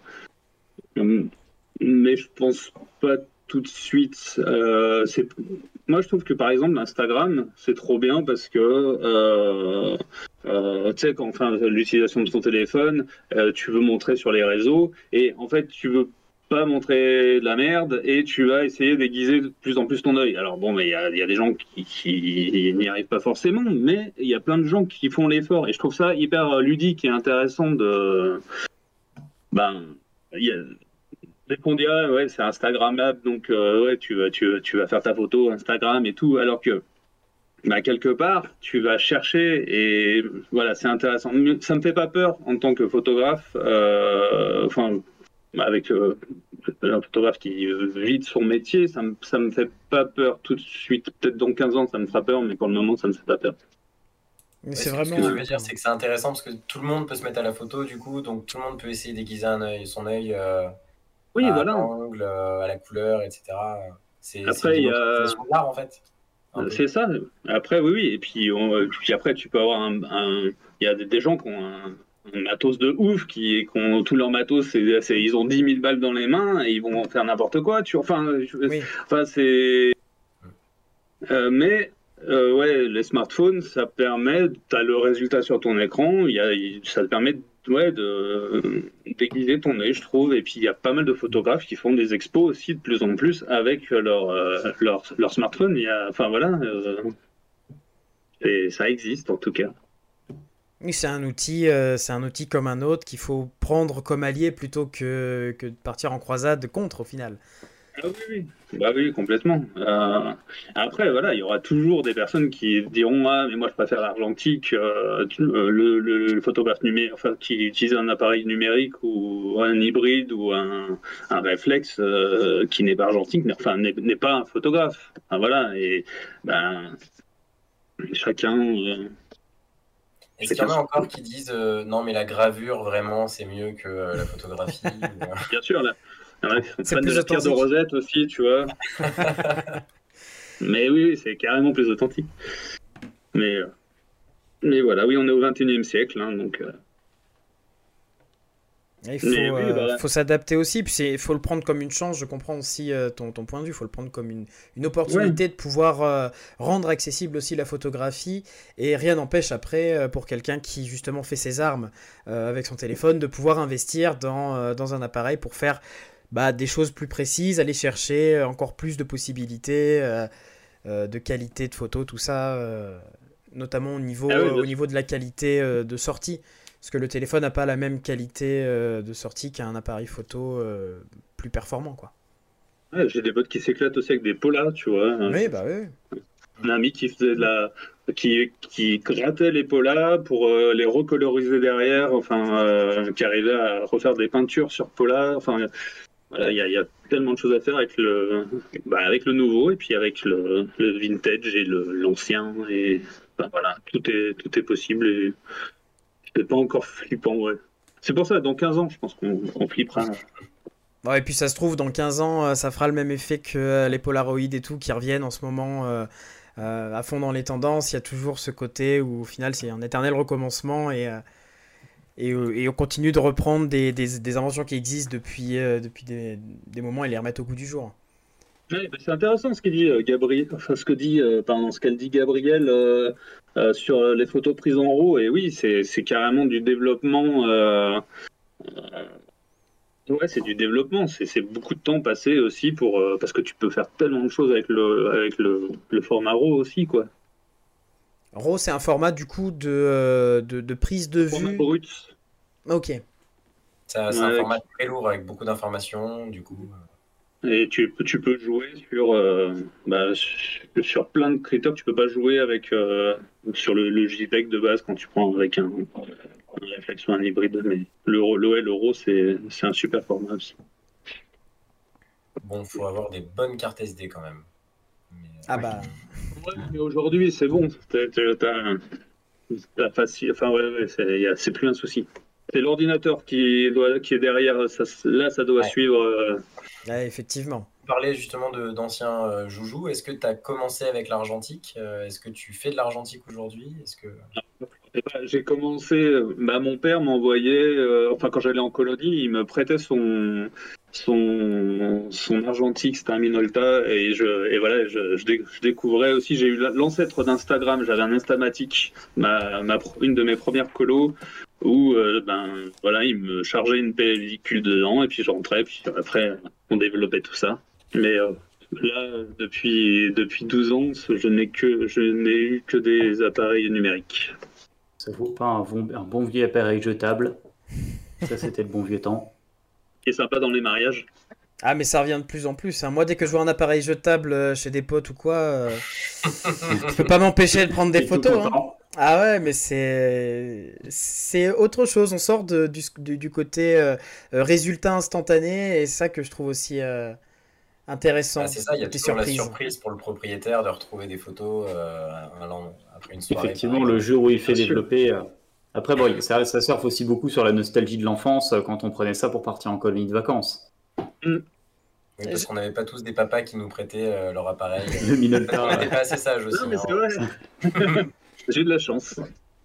mais je pense pas tout de suite. Euh, c'est... Moi, je trouve que par exemple, Instagram, c'est trop bien parce que euh, euh, tu sais, quand enfin, l'utilisation de ton téléphone, euh, tu veux montrer sur les réseaux et en fait, tu veux pas montrer de la merde et tu vas essayer d'aiguiser de plus en plus ton œil. Alors bon, mais il y a, il y a des gens qui, qui n'y arrivent pas forcément, mais il y a plein de gens qui font l'effort et je trouve ça hyper ludique et intéressant de. Ben, il y a, dès qu'on dirait, ouais, c'est Instagrammable, donc euh, ouais, tu vas, tu, vas- tu vas faire ta photo Instagram et tout, alors que bah, quelque part, tu vas chercher et voilà, c'est intéressant. Ça me fait pas peur en tant que photographe, euh, enfin, avec euh, un photographe qui vit de son métier, ça me, ça me fait pas peur tout de suite. Peut-être dans quinze ans, ça me fera peur, mais pour le moment, ça me fait pas peur. Mais Ouais, c'est ce que, ce que vraiment tu Que- veux dire, c'est que c'est intéressant parce que tout le monde peut se mettre à la photo, du coup, donc tout le monde peut essayer d'aiguiser un œil, son œil euh, Oui, à voilà. l'angle, euh, à la couleur, et cetera. C'est c'est une Après, il y a. démocratisation de l'art, en fait, un peu. C'est ça. Après, oui, oui. Et puis, on- puis après, tu peux avoir un. un- Il y a des, des gens qui ont un, un matos de ouf, qui, qui ont tout leur matos, c'est, c'est- ils ont dix mille balles dans les mains et ils vont faire n'importe quoi. Tu, enfin, je- oui. enfin, c'est. euh, mais. euh, ouais, les smartphones, ça permet, tu as le résultat sur ton écran, il y a, il- ça te permet ouais, de déguiser ton œil, je trouve. Et puis il y a pas mal de photographes qui font des expos aussi de plus en plus avec leur, euh, leur, leur smartphone. Il y a, enfin voilà, euh, et ça existe en tout cas. Oui, c'est un outil, euh, c'est un outil comme un autre qu'il faut prendre comme allié plutôt que, que de partir en croisade contre au final. Ah oui, oui. Bah oui, complètement. Euh, après, voilà, il y aura toujours des personnes qui diront ah mais moi je préfère l'argentique, euh, tu- euh, le, le- le photographe numérique, enfin qui utilise un appareil numérique ou un hybride ou un, un réflexe euh, qui n'est pas argentique, mais enfin n'est n'est pas un photographe. Enfin, voilà, et ben chacun, euh, Est-ce qu'il y chacun en a son- encore qui disent euh, non, mais la gravure, vraiment, c'est mieux que euh, la photographie ou, euh, Bien sûr, là, il y en a qui sont C'est fans de plus la pierre de authentique. Rosette aussi, tu vois. Mais oui, oui, c'est carrément plus authentique. Mais euh, Mais voilà, oui, on est au vingt et unième siècle, hein, donc. euh, Il faut, Mais oui, euh, bah, faut s'adapter aussi, puis il faut le prendre comme une chance. Je comprends aussi euh, ton, ton point de vue. Il faut le prendre comme une, une opportunité de pouvoir euh, rendre accessible aussi la photographie. Et rien n'empêche après, euh, pour quelqu'un qui justement fait ses armes euh, avec son téléphone, de pouvoir investir dans, euh, dans un appareil pour faire bah, des choses plus précises, aller chercher encore plus de possibilités, euh, euh, de qualité de photo, tout ça, euh, notamment au niveau, Ah oui, euh, bien au niveau de la qualité euh, de sortie. Parce que le téléphone n'a pas la même qualité euh, de sortie qu'un appareil photo euh, plus performant, quoi. ouais, j'ai des potes qui s'éclatent aussi avec des polas, tu vois. Oui, bah oui. Un ami qui faisait de la, qui, qui grattait les polas pour euh, les recoloriser derrière, enfin, euh, qui arrivait à refaire des peintures sur polas. Enfin, voilà, il y, a- il y a tellement de choses à faire avec le, bah, avec le nouveau et puis avec le, le vintage et le, l'ancien et enfin, voilà, tout est, tout est possible et c'est pas encore flippant, ouais. C'est pour ça, dans quinze ans, je pense qu'on on flippera. Bon, et puis ça se trouve, dans quinze ans, euh, ça fera le même effet que euh, les Polaroid et tout qui reviennent en ce moment euh, euh, à fond dans les tendances. Il y a toujours ce côté où au final c'est un éternel recommencement et, euh, et, euh, et on continue de reprendre des, des, des inventions qui existent depuis, euh, depuis des, des moments et les remettre au goût du jour. Ouais, bah, c'est intéressant ce qu'il dit euh, Gabriel, enfin ce que dit, euh, pardon, ce qu'elle dit Gabrielle euh, euh, sur les photos prises en RAW. Et oui, c'est c'est carrément du développement. Euh, euh, ouais, c'est du développement. C'est c'est beaucoup de temps passé aussi pour euh, parce que tu peux faire tellement de choses avec le avec le, le format RAW aussi, quoi. RAW, c'est un format du coup de, euh, de, de prise de Format vue. brut. Ok. Ça- C'est un Ouais, format très lourd avec beaucoup d'informations, du coup. et tu, peux- tu peux jouer sur, euh, bah, sur sur plein de critères. Tu peux pas jouer avec euh, sur le, le JPEG de base quand tu prends avec un, un réflexe ou un hybride. Mais l'euro, le, ouais, l'euro, c'est c'est un super format aussi. Bon, faut avoir des bonnes cartes S D quand même. Mais, Ah ouais. bah. Ouais, mais aujourd'hui, c'est bon. T'as t'as- t'as facile. Enfin, ouais, ouais, c'est y a- c'est plus un souci. C'est l'ordinateur qui doit, qui est derrière. Ça, là, ça doit Ouais. suivre. euh, Ouais, effectivement. Tu parlais justement de- d'anciens euh, joujoux. Est-ce que tu as commencé avec l'argentique? Euh, Est-ce que tu fais de l'argentique aujourd'hui? Est-ce que... Eh ben, j'ai commencé, euh, bah, mon père m'envoyait, euh, enfin quand j'allais en colonie, il me prêtait son son son argentique, c'était un Minolta, et je et voilà, je, je, dé- je découvrais aussi, j'ai eu la- l'ancêtre d'Instagram, j'avais un Instamatic, ma, ma pro- une de mes premières colos, où euh, ben voilà, il me chargeait une pellicule dedans, et puis je rentrais, puis après on développait tout ça. Mais euh, là, depuis depuis douze ans, je n'ai que je n'ai eu que des appareils numériques. Ça vaut pas un bon, un bon vieux appareil jetable. Ça, c'était le bon vieux temps. Qui est sympa dans les mariages. Ah, mais ça revient de plus en plus, hein. Moi, dès que je vois un appareil jetable euh, chez des potes ou quoi, euh, je peux pas m'empêcher de prendre des Et tout photos, hein. content. Ah ouais, mais c'est c'est autre chose. On sort de- du, du, du côté euh, euh, résultat instantané et c'est ça que je trouve aussi euh, intéressant. Ah, c'est ça, il y a Des toujours la surprises. surprise pour le propriétaire de retrouver des photos euh, un lendemain- après une soirée. Effectivement, par le exemple. jour où il fait Bien sûr. développer. euh, Après, bon, ça, ça surfe aussi beaucoup sur la nostalgie de l'enfance euh, quand on prenait ça pour partir en colonie de vacances. Oui, parce qu'on n'avait pas tous des papas qui nous prêtaient euh, leur appareil. Le On Minolta. n'était pas assez sages aussi. Non, mais hein. c'est vrai. J'ai eu de la chance.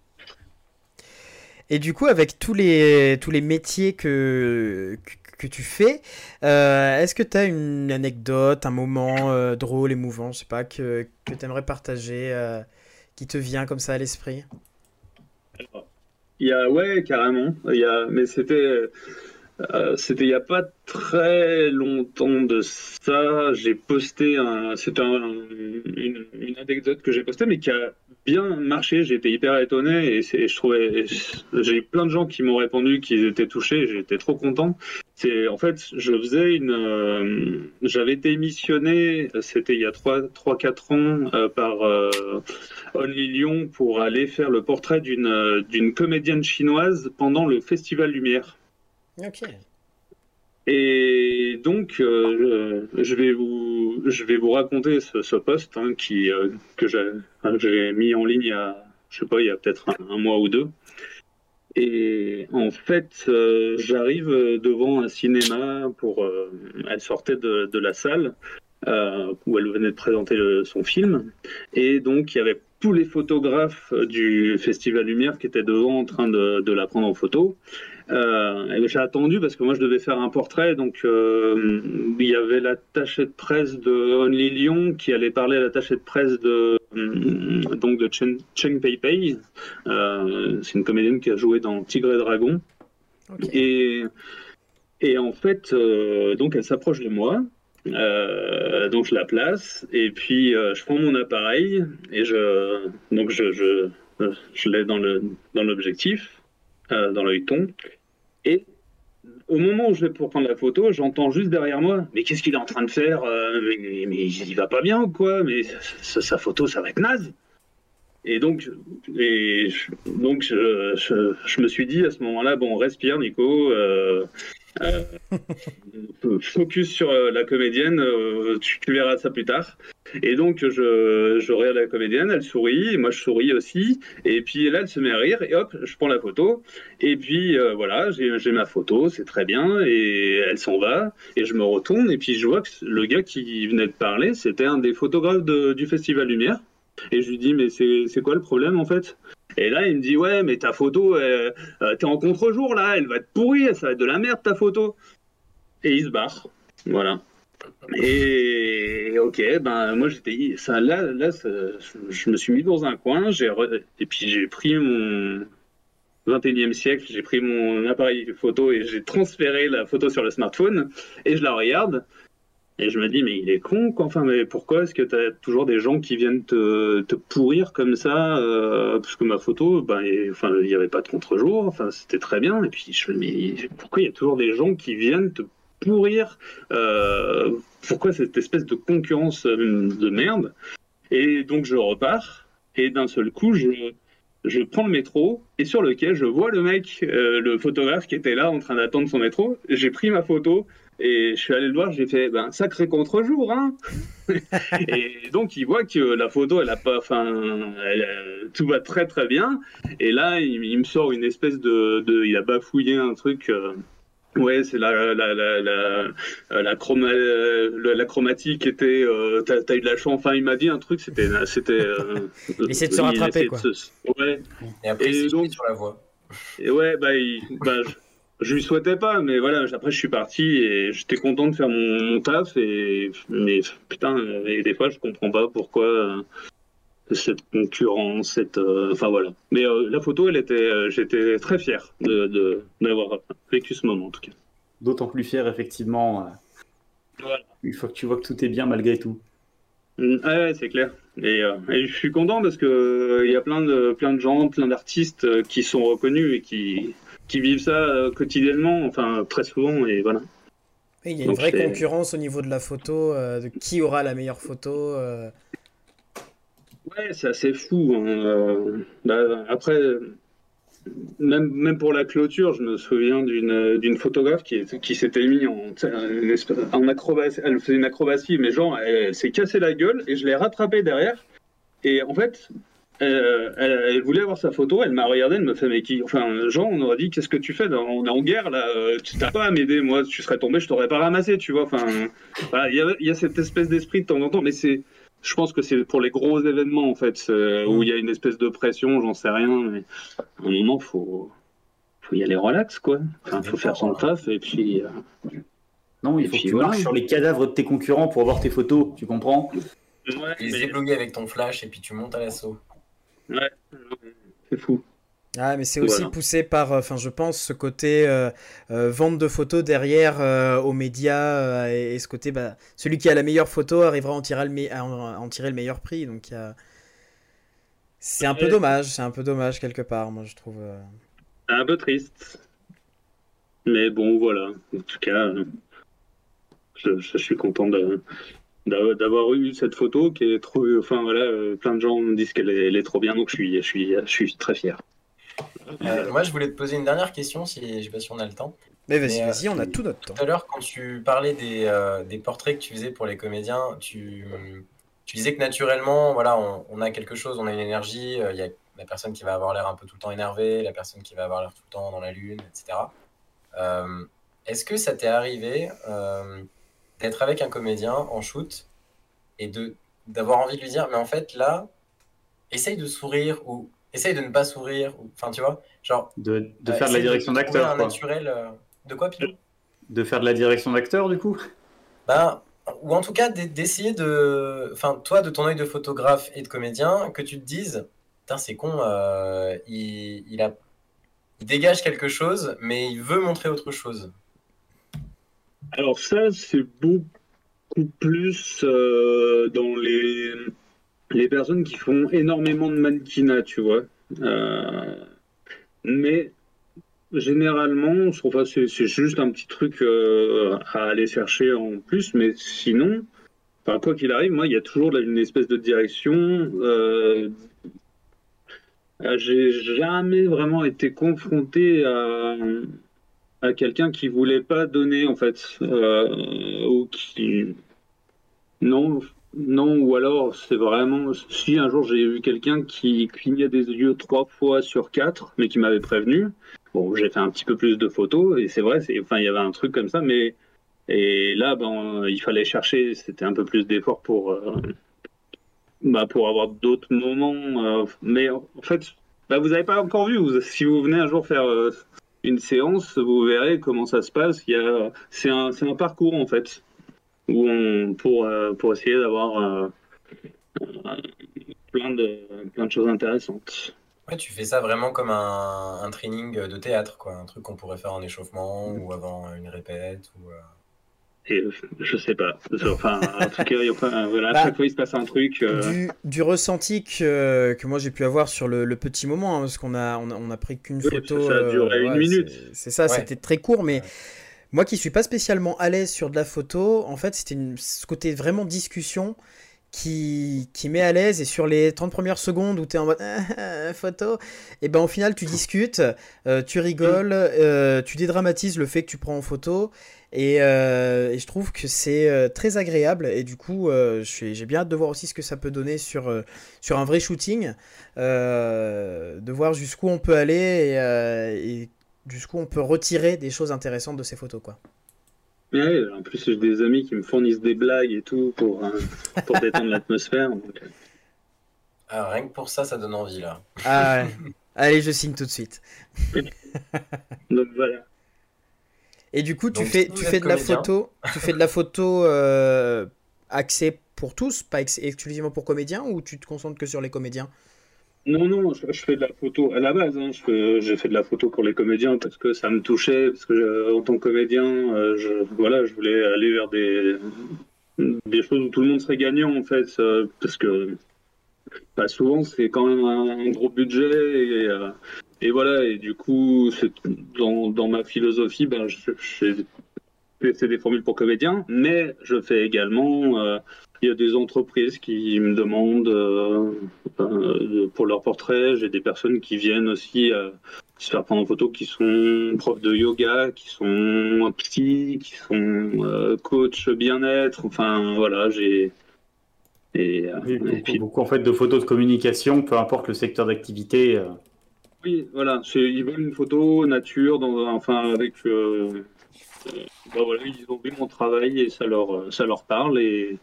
Et du coup, avec tous les, tous les métiers que, que, que tu fais, euh, est-ce que tu as une anecdote, un moment euh, drôle, émouvant, je sais pas, que, que tu aimerais partager, euh, qui te vient comme ça à l'esprit? Il y a, ouais, carrément. Il y a, mais c'était, euh, c'était il y a pas très longtemps de ça. J'ai posté un, c'était un- une, une anecdote que j'ai postée, mais qui a bien marché. J'étais hyper étonné et c'est, je trouvais, j'ai eu plein de gens qui m'ont répondu qu'ils étaient touchés. J'étais trop content. C'est, en fait, je faisais une, euh, j'avais été émissionné, c'était il y a trois, trois, quatre ans, euh, par euh, Only Lyon pour aller faire le portrait d'une euh, d'une comédienne chinoise pendant le Festival Lumière. Ok. Et donc, euh, je je vais vous, je vais vous raconter ce, ce post hein, qui, euh, que j'ai hein, j'ai mis en ligne il y a, je sais pas, il y a peut-être un, un mois ou deux. Et en fait, euh, j'arrive devant un cinéma pour. Euh, elle sortait de, de la salle euh, où elle venait de présenter le- son film. Et donc, il y avait tous les photographes du Festival Lumière qui étaient devant en train de, de la prendre en photo. Euh, et j'ai attendu parce que moi je devais faire un portrait, donc euh, il y avait l'attaché de presse de Only Lyon qui allait parler à l'attaché de presse de euh, donc de Chen, Cheng Pei Pei. Euh, c'est une comédienne qui a joué dans Tigre et Dragon. Ok. Et, et en fait, euh, donc elle s'approche de moi. Euh, donc je la place et puis euh, je prends mon appareil et je donc je je, je l'ai dans le dans l'objectif, euh, dans l'œilleton. Et au moment où je vais pour prendre la photo, j'entends juste derrière moi, mais qu'est-ce qu'il est en train de faire? Euh, mais, mais il va pas bien ou quoi? Mais sa, sa photo, ça va être naze. Et donc, et je, donc je, je, je me suis dit à ce moment-là, bon, respire, Nico. Euh, euh, focus sur euh, la comédienne, euh, tu, tu verras ça plus tard. Et donc, je, je regarde la comédienne, elle sourit, et moi je souris aussi. Et puis là, elle se met à rire, et hop, je prends la photo. Et puis euh, voilà, j'ai j'ai ma photo, c'est très bien. Et elle s'en va, et je me retourne, et puis je vois que le gars qui venait de parler, c'était un des photographes de- du Festival Lumière. Et je lui dis, mais c'est c'est quoi le problème en fait? Et là, il me dit, ouais, mais ta photo, euh, euh, t'es en contre-jour là, elle va te pourrir, ça va être de la merde ta photo. Et il se barre. Voilà. Et ok, ben moi j'étais ça là là ça- je me suis mis dans un coin, j'ai re- et puis j'ai pris mon vingt et unième siècle, j'ai pris mon appareil photo et j'ai transféré la photo sur le smartphone et je la regarde et je me dis mais il est con quoi. Enfin mais pourquoi est-ce que tu as toujours des gens qui viennent te, te pourrir comme ça euh, parce que ma photo ben et- enfin il n'y avait pas de contre-jour, enfin c'était très bien et puis je me dis mais pourquoi il y a toujours des gens qui viennent te pourrir euh, pourquoi cette espèce de concurrence euh, de merde? Et donc je repars, et d'un seul coup, je, je prends le métro, et sur le quai, je vois le mec, euh, le photographe qui était là en train d'attendre son métro. J'ai pris ma photo, et je suis allé le voir, j'ai fait, ben, sacré contre-jour, hein. Et donc il voit que la photo, elle a pas, enfin, elle, euh, tout va très très bien. Et là, il, il me sort une espèce de, de, il a bafouillé un truc. euh, Ouais, c'est la, la, la, la, la, chroma, euh, la chromatique était. Euh, t'as, t'as eu de la chance. Enfin, il m'a dit un truc, c'était. c'était euh, Il essaie de se il rattraper, essayait de quoi. se- ouais. Et après, Et c'est donc, sur la voie. et ouais, bah, il- bah, je, je lui souhaitais pas, mais voilà, après, je suis parti et j'étais content de faire mon, mon taf. Et, mais putain, et des fois, je comprends pas pourquoi. euh, cette concurrence, cette, euh, enfin voilà. Mais euh, la photo, elle était, euh, j'étais très fier de, de, d'avoir vécu ce moment en tout cas. D'autant plus fier, effectivement, euh, Voilà. une fois que tu vois que tout est bien malgré tout. Mm, ah ouais, c'est clair. Et, euh, et je suis content parce que euh, il y a plein de, plein de gens, plein d'artistes euh, qui sont reconnus et qui, qui vivent ça euh, quotidiennement, enfin très souvent, et voilà. Et il y a une Donc vraie c'est- concurrence au niveau de la photo, euh, de qui aura la meilleure photo. euh. Ouais, c'est assez fou. Hein. Euh, bah, après, même, même pour la clôture, je me souviens d'une d'une photographe qui, est- qui s'était mis en, une espèce- en acrobatie. Elle faisait une acrobatie, mais genre, elle, elle s'est cassée la gueule et je l'ai rattrapée derrière. Et en fait, euh, elle, elle voulait avoir sa photo. Elle m'a regardé, elle me fait, mais qui. Enfin, genre, on aurait dit, qu'est-ce que tu fais? On est en guerre là. euh, Tu t'as pas à m'aider, moi. Tu serais tombé, je t'aurais pas ramassé, tu vois. Enfin, voilà, il y a, il y a cette espèce d'esprit de temps en temps, mais c'est. Je pense que c'est pour les gros événements en fait, euh, où il y a une espèce de pression, j'en sais rien, mais à un moment, faut, faut y aller relax, quoi. Enfin, faut faire son taf, et puis. euh, Non, il Et faut que puis tu voilà. marches sur les cadavres de tes concurrents pour avoir tes photos, tu comprends? Ouais, Les mais- ébloguer avec ton flash et puis tu montes à l'assaut. ouais, c'est fou. Ah, mais c'est aussi Voilà. poussé par, euh, enfin, je pense, ce côté euh, euh, vente de photos derrière euh, aux médias euh, et, et ce côté, bah, celui qui a la meilleure photo arrivera à en tirer le, me- à en, à en tirer le meilleur prix. Donc, il y a- c'est un peu Ouais. dommage, c'est un peu dommage quelque part, moi, je trouve. euh. C'est un peu triste. Mais bon, voilà. En tout cas, euh, je, je suis content de- d'a- d'avoir eu cette photo qui est trop. Enfin, voilà, euh, plein de gens me disent qu'elle est, elle est trop bien, donc je suis, je suis, je suis très fier. Euh, moi, je voulais te poser une dernière question, si je sais pas si on a le temps. Mais vas-y, Mais, euh, vas-y, on a tout notre temps. Tout à l'heure, quand tu parlais des, euh, des portraits que tu faisais pour les comédiens, tu, tu disais que naturellement, voilà, on, on a quelque chose, on a une énergie. euh, Il y a la personne qui va avoir l'air un peu tout le temps énervée, la personne qui va avoir l'air tout le temps dans la lune, et cetera. Euh, Est-ce que ça t'est arrivé euh, être avec un comédien en shoot et de d'avoir envie de lui dire, mais en fait, là, essaye de sourire ou essaye de ne pas sourire. Ou... Enfin, tu vois, genre... De, de euh, faire de la essaye direction de trouver d'acteur, un quoi. naturel... euh, De quoi, Pilou? De faire de la direction d'acteur, du coup. Ben, ou en tout cas, d'e- d'essayer de... Enfin, toi, de ton œil de photographe et de comédien, que tu te dises, putain, c'est con, euh, il, il a... il dégage quelque chose, mais il veut montrer autre chose. Alors ça, c'est beaucoup plus euh, dans les, les personnes qui font énormément de mannequinat, tu vois. Euh, mais généralement, enfin, c'est c'est juste un petit truc euh, à aller chercher en plus, mais sinon, enfin, quoi qu'il arrive, moi, il y a toujours là, une espèce de direction. Euh, euh, j'ai jamais vraiment été confronté à, à quelqu'un qui voulait pas donner, en fait, euh, ou qui... Non, non, ou alors c'est vraiment... Si un jour j'ai eu quelqu'un qui clignait des yeux trois fois sur quatre, mais qui m'avait prévenu, bon, j'ai fait un petit peu plus de photos, et c'est vrai, c'est... Enfin, il y avait un truc comme ça, mais... Et là, ben, il fallait chercher, c'était un peu plus d'effort pour, euh, bah, pour avoir d'autres moments. euh, Mais en fait, bah, vous n'avez pas encore vu, vous- si vous venez un jour faire euh, une séance, vous verrez comment ça se passe. Il y a... C'est un, c'est un parcours, en fait, où on, pour, euh, pour essayer d'avoir euh, plein de, plein de choses intéressantes. Ouais, tu fais ça vraiment comme un, un training de théâtre, quoi. Un truc qu'on pourrait faire en échauffement ou avant une répète. Ou, euh, Et euh, je sais pas. Enfin, en tout cas, il y a pas- voilà, à Bah, chaque fois, il se passe un truc. euh, Du, du ressenti que, que moi j'ai pu avoir sur le, le petit moment, hein, parce qu'on a, on a, on a pris qu'une Oui, photo. ça, ça a duré euh, une ouais, minute. c'est- C'est ça, Ouais. c'était très court, mais Ouais. moi qui suis pas spécialement à l'aise sur de la photo, en fait, c'était une- ce côté vraiment discussion qui, qui met à l'aise. Et sur les trente premières secondes où tu es en mode ah, photo, et ben au final, tu discutes, euh, tu rigoles, euh, tu dédramatises le fait que tu prends en photo. Et, euh, et je trouve que c'est euh, très agréable. Et du coup, euh, je suis- j'ai bien hâte de voir aussi ce que ça peut donner sur, euh, sur un vrai shooting. Euh, de voir jusqu'où on peut aller et, euh, et jusqu'où on peut retirer des choses intéressantes de ces photos, quoi. Ouais, en plus, j'ai des amis qui me fournissent des blagues et tout pour, euh, pour détendre l'atmosphère. donc, euh, Ah, rien que pour ça, ça donne envie, là. Ah, ouais. Allez, je signe tout de suite. Donc voilà. Et du coup, tu Donc, fais, si vous tu êtes fais de la comédien- photo, tu fais de la photo euh, axée pour tous, pas ex- exclusivement pour comédiens, ou tu te concentres que sur les comédiens? Non, non, je, je fais de la photo à la base. Hein, je fais- j'ai fait de la photo pour les comédiens parce que ça me touchait, parce que je- en tant que comédien, euh, je, voilà, je voulais aller vers des, des choses où tout le monde serait gagnant en fait, euh, parce que bah, souvent c'est quand même un, un gros budget et, euh, et voilà. Et du coup, c'est dans, dans ma philosophie, ben, je, je- c'est des formules pour comédiens, mais je fais également. euh, Il y a des entreprises qui me demandent euh, euh, pour leur portrait. J'ai des personnes qui viennent aussi euh, se faire prendre en photo, qui sont profs de yoga, qui sont psy, qui sont euh, coach bien-être. Enfin, voilà, j'ai. Et, euh, Oui, et beaucoup, puis, beaucoup, en fait de photos de communication, peu importe le secteur d'activité. euh. oui, voilà, c'est- ils veulent une photo nature, dans, enfin, avec. Euh, euh, bah voilà, ils ont vu mon travail et ça leur, ça leur parle. Et.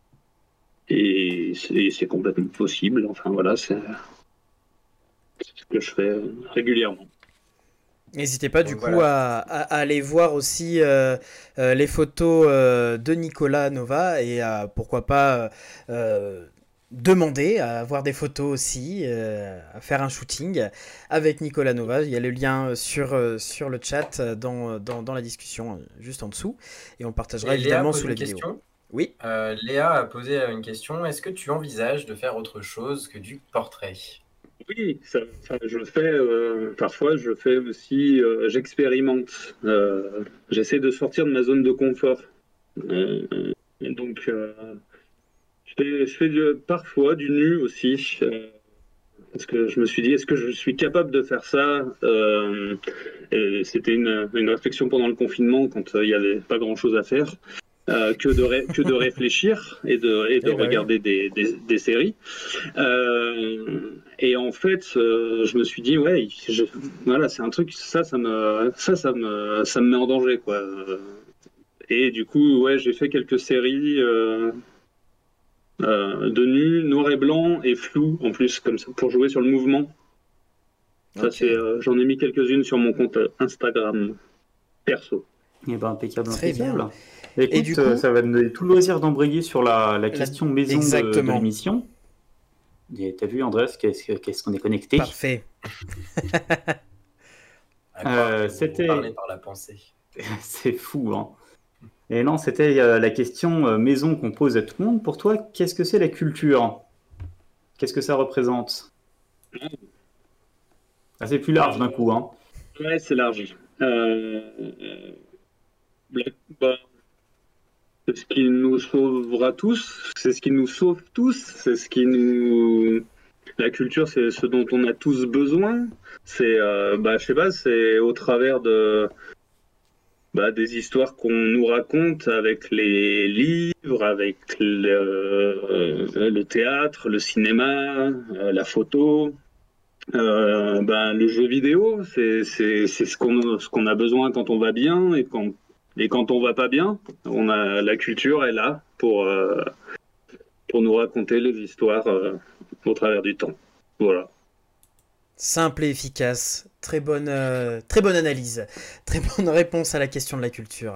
Et c'est c'est complètement possible. Enfin voilà, c'est c'est ce que je fais régulièrement. N'hésitez pas du Donc, coup voilà. à, à- à aller voir aussi euh, euh, les photos euh, de Nicolas Nova et à pourquoi pas euh, demander à avoir des photos aussi, euh, à faire un shooting avec Nicolas Nova. Il y a le lien sur, euh, sur le chat euh, dans, dans, dans la discussion euh, juste en dessous et on partagera Et Léa évidemment pose sous la une vidéo. question. Oui. Euh, Léa a posé une question. Est-ce que tu envisages de faire autre chose que du portrait? Oui, ça, ça, je fais euh, parfois, je fais aussi, euh, j'expérimente. Euh, j'essaie de sortir de ma zone de confort. Euh, et donc, euh, je fais, je fais du- parfois du nu aussi. euh, parce que je me suis dit, est-ce que je suis capable de faire ça? Euh, et c'était une, une réflexion pendant le confinement, quand euh, il n'y avait pas grand-chose à faire. Euh, que, de ré- que de réfléchir et de, et de Eh ben oui. regarder des, des, des séries. Euh, et en fait, euh, je me suis dit, ouais, je- voilà, c'est un truc, ça, ça me, ça, ça me, ça me met en danger, quoi. et du coup, ouais, j'ai fait quelques séries euh, euh, de nu, noir et blanc et flou en plus, comme ça, pour jouer sur le mouvement. Ça, Ok. c'est, euh, j'en ai mis quelques-unes sur mon compte Instagram perso. Eh ben, impeccable, Très impeccable. Et Écoute, du coup- euh, ça va me donner tout le loisir d'embrayer sur la, la question maison de, de Exactement. l'émission. Et t'as vu, Andrés, qu'est-ce que- qu'est-ce qu'on est connecté? Parfait. À part Euh, que vous c'était- parlez par la pensée. C'est fou, hein. Et non, c'était euh, la question euh, maison qu'on pose à tout le monde. Pour toi, qu'est-ce que c'est la culture? Qu'est-ce que ça représente? Ah, c'est plus large d'un coup, hein. Ouais, c'est large. Euh, euh, la- bah, c'est ce qui nous sauvera tous, c'est ce qui nous sauve tous, c'est ce qui nous... La culture, c'est ce dont on a tous besoin. C'est, euh, bah, je sais pas, c'est au travers de... Bah, des histoires qu'on nous raconte avec les livres, avec le, euh, le théâtre, le cinéma, euh, la photo. Euh, ben, le jeu vidéo, c'est c'est c'est ce qu'on ce qu'on a besoin quand on va bien et quand et quand on va pas bien, on a la culture est là pour euh, pour nous raconter les histoires euh, au travers du temps. Voilà. Simple et efficace. Très bonne, euh, très bonne analyse. Très bonne réponse à la question de la culture.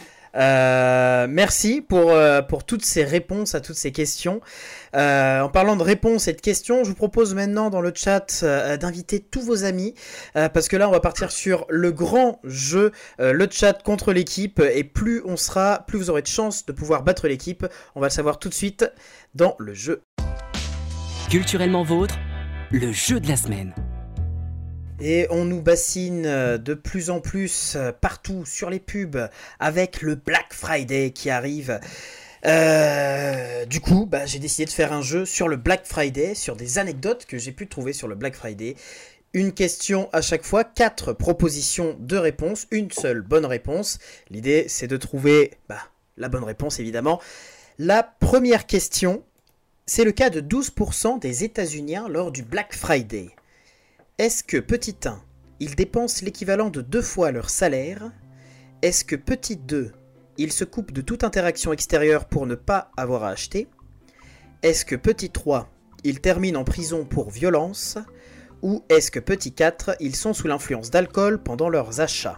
Euh, merci pour, euh, pour toutes ces réponses à toutes ces questions. Euh, en parlant de réponses et de questions, je vous propose maintenant dans le chat euh, d'inviter tous vos amis euh, parce que là on va partir sur le grand jeu, euh, le chat contre l'équipe, et plus on sera, plus vous aurez de chances de pouvoir battre l'équipe. On va le savoir tout de suite dans le jeu. Culturellement vôtre, le jeu de la semaine. Et on nous bassine de plus en plus partout sur les pubs avec le Black Friday qui arrive. Euh, du coup, bah, j'ai décidé de faire un jeu sur le Black Friday, sur des anecdotes que j'ai pu trouver sur le Black Friday. Une question à chaque fois, quatre propositions de réponses, une seule bonne réponse. L'idée, c'est de trouver bah, la bonne réponse, évidemment. La première question, c'est le cas de douze pour cent des États-Uniens lors du Black Friday. Est-ce que petit un, ils dépensent l'équivalent de deux fois leur salaire? Est-ce que petit deux, ils se coupent de toute interaction extérieure pour ne pas avoir à acheter? Est-ce que petit trois, ils terminent en prison pour violence? Ou est-ce que petit quatre, ils sont sous l'influence d'alcool pendant leurs achats?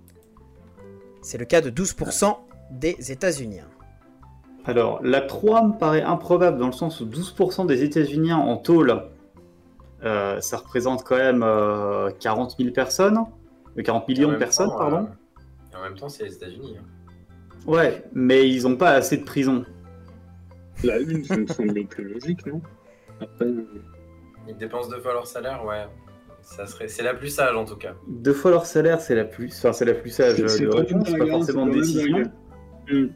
C'est le cas de douze pour cent des États-Unis. Alors, la trois me paraît improbable dans le sens où douze pour cent des États-Unis en tôle, euh, ça représente quand même euh, quarante mille personnes, euh, quarante Et en millions de même personnes, temps, pardon. euh, et en même temps, c'est les États-Unis. hein. Ouais, mais ils n'ont pas assez de prison. La une, ça me semble plus logique, non? Après, euh, Ils dépensent deux fois leur salaire, ouais. Ça serait, c'est la plus sage en tout cas. Deux fois leur salaire, c'est la plus, enfin, c'est la plus sage c'est- c'est de quand même réponse, dingue, pas hein, forcément c'est de quand même décision. dingue. Hum.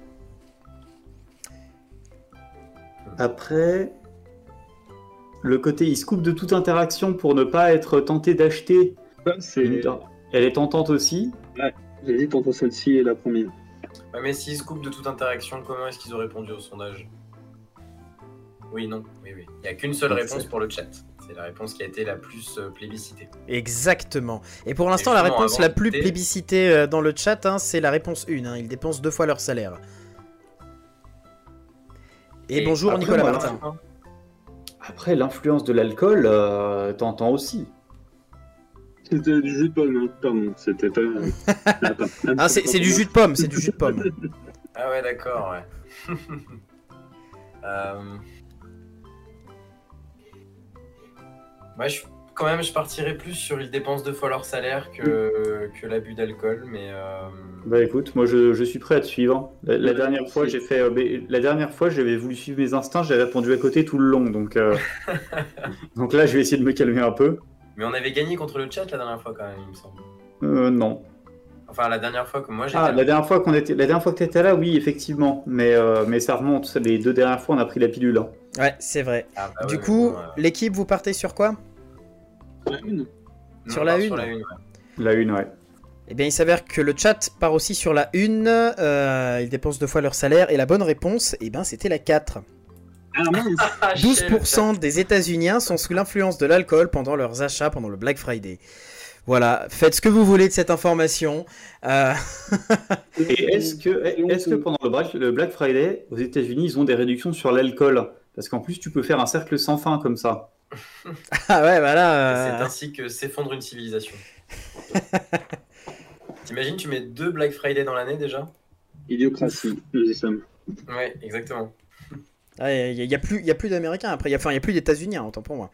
Après, le côté il se coupe de toute interaction pour ne pas être tenté d'acheter, Ça, c'est... elle est tentante aussi. J'hésite entre celle-ci et la première. Ouais, mais s'ils se coupent de toute interaction, comment est-ce qu'ils ont répondu au sondage? Oui, non, oui, oui. Il n'y a qu'une seule Donc, réponse c'est- pour le chat. C'est la réponse qui a été la plus euh, plébiscitée. Exactement. Et pour l'instant, Et la justement, réponse avant la plus d'écouter- plébiscitée euh, dans le chat, hein, c'est la réponse un. Hein. Ils dépensent deux fois leur salaire. Et, Et bonjour après, Nicolas moi, Martin. Après, l'influence de l'alcool, euh, t'entends aussi. C'était du jus de pomme, hein. Pardon, c'était pas... Attends. Ah, c'est c'est du jus de pomme, c'est du jus de pomme. Ah ouais, d'accord, ouais. euh... Moi, je, quand même, je partirais plus sur ils dépensent deux fois leur salaire que, que l'abus d'alcool, mais... euh, Bah écoute, moi je, je suis prêt à te suivre. La, la Ouais, dernière fois, aussi. j'ai fait, euh, mais la dernière fois, j'avais voulu suivre mes instincts, j'ai répondu à côté tout le long, donc euh, donc là, je vais essayer de me calmer un peu. Mais on avait gagné contre le chat la dernière fois quand même, il me semble. Euh, non. Enfin, la dernière fois que moi j'étais Ah, là. la dernière fois qu'on était, la dernière fois que t'étais là, oui, effectivement, mais euh, mais ça remonte. Les deux dernières fois, on a pris la pilule. hein. Ouais, c'est vrai. Ah, bah du ouais, mais coup, bon, euh, l'équipe, vous partez sur quoi? La une. non, sur on la part une. Sur la une, ouais. La une, ouais. Eh bien, il s'avère que le chat part aussi sur la un. Euh, ils dépensent deux fois leur salaire. Et la bonne réponse, eh ben, c'était la quatre. Ah mince. Ah, douze chef. pour cent des États-Unis sont sous l'influence de l'alcool pendant leurs achats pendant le Black Friday. Voilà, faites ce que vous voulez de cette information. Euh... Et est-ce que, est-ce que pendant le Black, le Black Friday, aux États-Unis, ils ont des réductions sur l'alcool? Parce qu'en plus, tu peux faire un cercle sans fin comme ça. Ah ouais, voilà. C'est Euh... ainsi que s'effondre une civilisation. T'imagines, tu mets deux Black Friday dans l'année déjà? Idiocratie, nous y sommes. Ouais, exactement. Il ouais, n'y a, a plus, y a plus d'Américains après. Il n'y a, a plus d'États-Unis, hein, autant pour moi.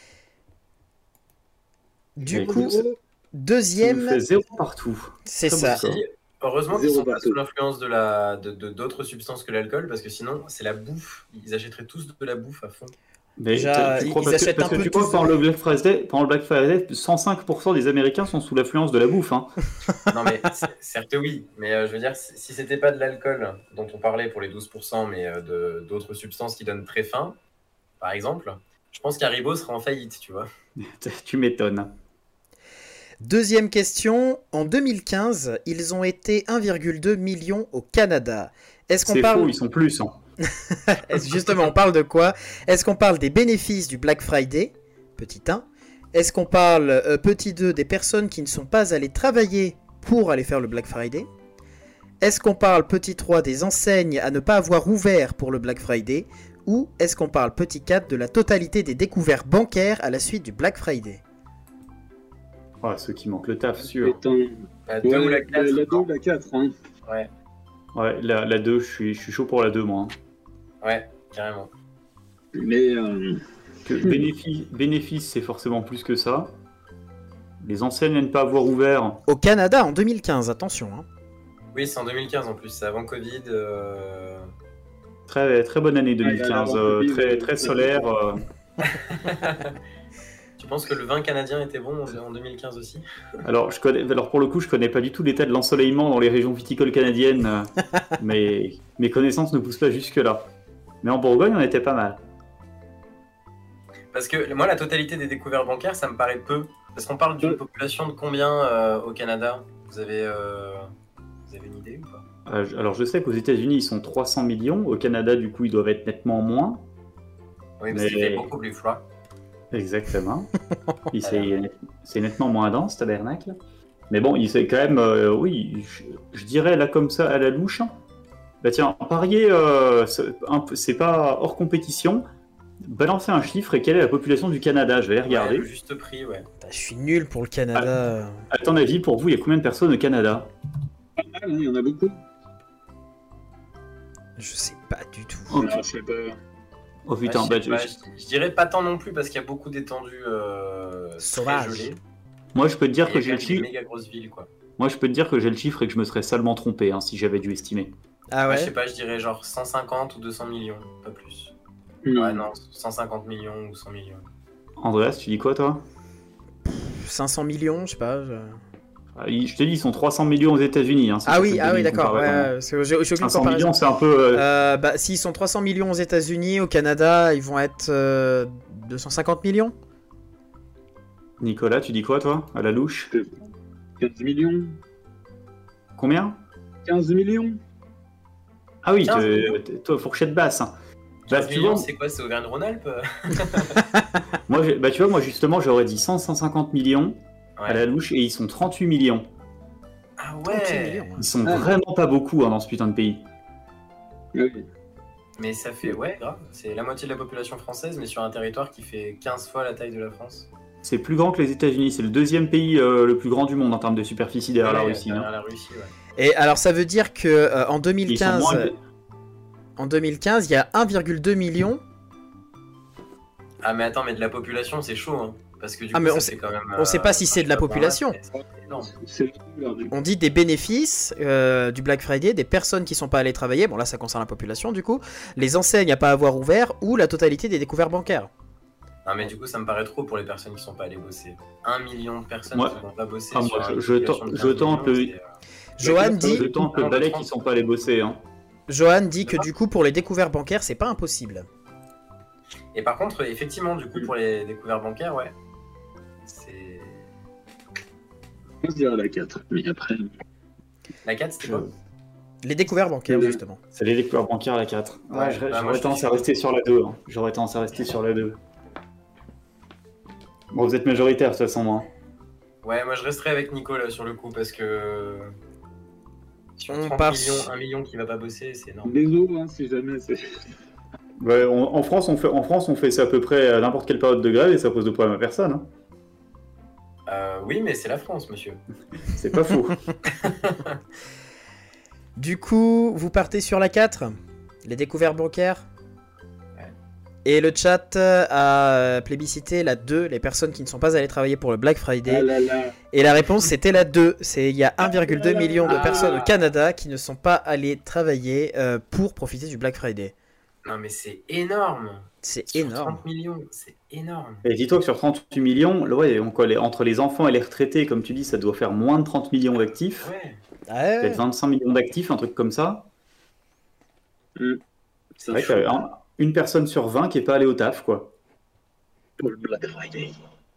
Du Et coup, écoute, deuxième. Ça nous fait zéro partout. C'est Très ça. beau, ça. Si, heureusement qu'ils Zéro sont pas partout. sous l'influence de la, de, de- d'autres substances que l'alcool, parce que sinon, c'est la bouffe. Ils achèteraient tous de la bouffe à fond. Mais Déjà, tu ils- crois ils parce que, achètent parce un que peu tu crois tous que pendant de- le Black Friday, pendant le Black Friday, cent cinq pour cent des Américains sont sous l'influence de la bouffe. Hein. Non, mais c- certes, oui. Mais euh, je veux dire, si si c'était pas de l'alcool dont on parlait pour les douze pour cent, mais euh, de, d'autres substances qui donnent très faim, par exemple, je pense qu'Haribo serait en faillite, tu vois. Tu m'étonnes. Deuxième question. En deux mille quinze, ils ont été un virgule deux million au Canada. Est-ce qu'on C'est parle... faux, ils sont plus. Hein. Est-ce- Justement, on parle de quoi? Est-ce qu'on parle des bénéfices du Black Friday, petit un? Est-ce qu'on parle, euh, petit deux, des personnes qui ne sont pas allées travailler pour aller faire le Black Friday? Est-ce qu'on parle, petit trois, des enseignes à ne pas avoir ouvert pour le Black Friday? Ou est-ce qu'on parle, petit quatre, de la totalité des découvertes bancaires à la suite du Black Friday? Ah, ceux qui manquent le taf, sûr. Putain. La deux Ouais, ou la la quatre. deux ou la quatre. Hein. Ouais, Ouais, la, la deux, je suis, je suis chaud pour la deux, moi. hein. ouais, carrément. Mais euh, Que bénéfice, bénéfice, c'est forcément plus que ça. Les enseignes à ne pas avoir ouvert. Au Canada en deux mille quinze, attention. Hein. Oui, c'est en deux mille quinze en plus, c'est avant Covid. euh, Très, très bonne année deux mille Ouais, quinze. là, là, euh, Covid, très, euh, très solaire. euh. Tu penses que le vin canadien était bon en en deux mille quinze aussi? Alors, je connais, alors, pour le coup, je connais pas du tout l'état de l'ensoleillement dans les régions viticoles canadiennes. euh, mais mes connaissances ne poussent pas jusque-là. Mais en Bourgogne, on était pas mal. Parce que moi, la totalité des découvertes bancaires, ça me paraît peu. Parce qu'on parle d'une Ouais. population de combien euh, au Canada? Vous avez, euh, vous avez une idée ou pas? Euh, je- Alors, je sais qu'aux États-Unis, ils sont trois cents millions. Au Canada, du coup, ils doivent être nettement moins. Oui, parce Mais- qu'il fait beaucoup plus froid. Exactement. Il- c'est, c'est nettement moins dense, tabernacle. Mais bon, il c'est quand même, euh, oui, je, je dirais là comme ça à la louche. Bah tiens, parier, euh, c'est, un peu- c'est pas hors compétition. Balancez un chiffre et quelle est la population du Canada? Je vais aller regarder. Ouais, le juste prix, ouais. Putain, je suis nul pour le Canada. À ton avis, pour vous, il y a combien de personnes au Canada? pas mal, hein, il y en a beaucoup. Je sais pas du tout. Ok. Alors, je sais pas. Oh putain, Ouais, bah, je, sais je- pas, je- je dirais pas tant non plus parce qu'il y a beaucoup d'étendues euh, très Sauvages. gelées. moi je peux te dire Et que il y j'ai a le quand même des chiffre. méga grosses villes, quoi. Moi je peux te dire que j'ai le chiffre et que je me serais salement trompé hein, si j'avais dû estimer. Ah Ouais, je sais ouais? pas, je dirais genre cent cinquante ou deux cents millions, pas plus. Non. Ouais, non, cent cinquante millions ou cent millions. Andreas, tu dis quoi toi? cinq cents millions, je sais pas. je- Ah, il- Je te dis, ils sont trois cents millions aux États-Unis. Hein, si Ah ça oui, peut te ah donner oui, une d'accord. Ouais, comparaison. ouais, parce que j'ai j'ai aucune cinq cents comparaison. millions, c'est un peu. euh, Euh, bah, s'ils sont trois cents millions aux États-Unis, au Canada, ils vont être euh, deux cent cinquante millions. Nicolas, tu dis quoi toi? À la louche? quinze millions. Combien? quinze millions. Ah oui, quinze te- millions. te- toi, fourchette basse. hein. Bah, quinze tu millions, vois, c'est quoi? C'est Auvergne-Rhône-Alpes? moi, j'ai- bah, tu vois, moi justement, j'aurais dit cent, cent cinquante millions à la Ouais. louche et ils sont trente-huit millions. Ah trente-huit ouais! millions. Ils sont Ah. vraiment pas beaucoup hein, dans ce putain de pays. Oui. Mais ça fait, ouais, grave. C'est la moitié de la population française, mais sur un territoire qui fait quinze fois la taille de la France. C'est plus grand que les États-Unis. C'est le deuxième pays euh, le plus grand du monde en termes de superficie derrière la Ouais, Russie. derrière hein. la Russie, ouais. Et alors, ça veut dire que euh, en Ils sont 2015, moins- en deux mille quinze, il y a un virgule deux million. Ah, mais attends, mais de la population, c'est chaud, hein. Parce que du Ah, coup, mais ça on fait sait- quand même. on sait pas si enfin, c'est de la je sais pas, population. c'est- c'est énorme. C'est la couleur du On dit des bénéfices euh, du Black Friday, des personnes qui sont pas allées travailler. Bon, là, ça concerne la population, du coup. Les enseignes à pas avoir ouvert ou la totalité des découvertes bancaires. Non, mais du coup, ça me paraît trop pour les personnes qui sont pas allées bosser. Un million de personnes Moi- qui vont pas bosser. Ah, sur moi, une je- je population tente- de je quinze tente millions, le- c'est, euh, Johan Je dit, tente le balai qui sont pas allés bosser. Hein. Johan dit que du coup, pour les découvertes bancaires, c'est pas impossible. Et par contre, effectivement, du coup, pour les découvertes bancaires, ouais. C'est. On se dirait la quatre. Mais après. La quatre, c'était Je- quoi? Les découvertes bancaires, Oui. justement. C'est les découvertes bancaires à la quatre. Ouais, Ouais, j'aurais bah, moi, j'aurais je tendance suis- à rester sur la deux. hein. J'aurais tendance à rester sur la deux. Bon, vous êtes majoritaire de toute façon. Hein. Ouais, moi je resterai avec Nico là sur le coup parce que sur On trente part millions, sur- un million qui va pas bosser, c'est énorme. Les os, hein, si jamais. c'est- Ouais, on- en, France, on fait, en France, on fait ça à peu près à n'importe quelle période de grève et ça pose de problème à personne. Hein. Euh, oui, mais c'est la France, monsieur. C'est pas faux. Du coup, vous partez sur la quatre, les découvertes bancaires. Ouais. Et le chat a plébiscité la deux, les personnes qui ne sont pas allées travailler pour le Black Friday. Ah là là. Et la réponse c'était la deux. C'est il y a un virgule deux million de Ah. personnes au Canada qui ne sont pas allées travailler euh, pour profiter du Black Friday. Non, mais c'est énorme. C'est Sur énorme. trente millions, c'est énorme. Et dis-toi que sur trente-huit millions, là, ouais, on- quoi, les- entre les enfants et les retraités, comme tu dis, ça doit faire moins de trente millions d'actifs. Ouais. Ah ouais. Peut-être vingt-cinq millions d'actifs, un truc comme ça. Mm. C'est vrai qu'il y a un- une personne sur vingt qui est pas allée au taf, quoi. Pour le Black Friday.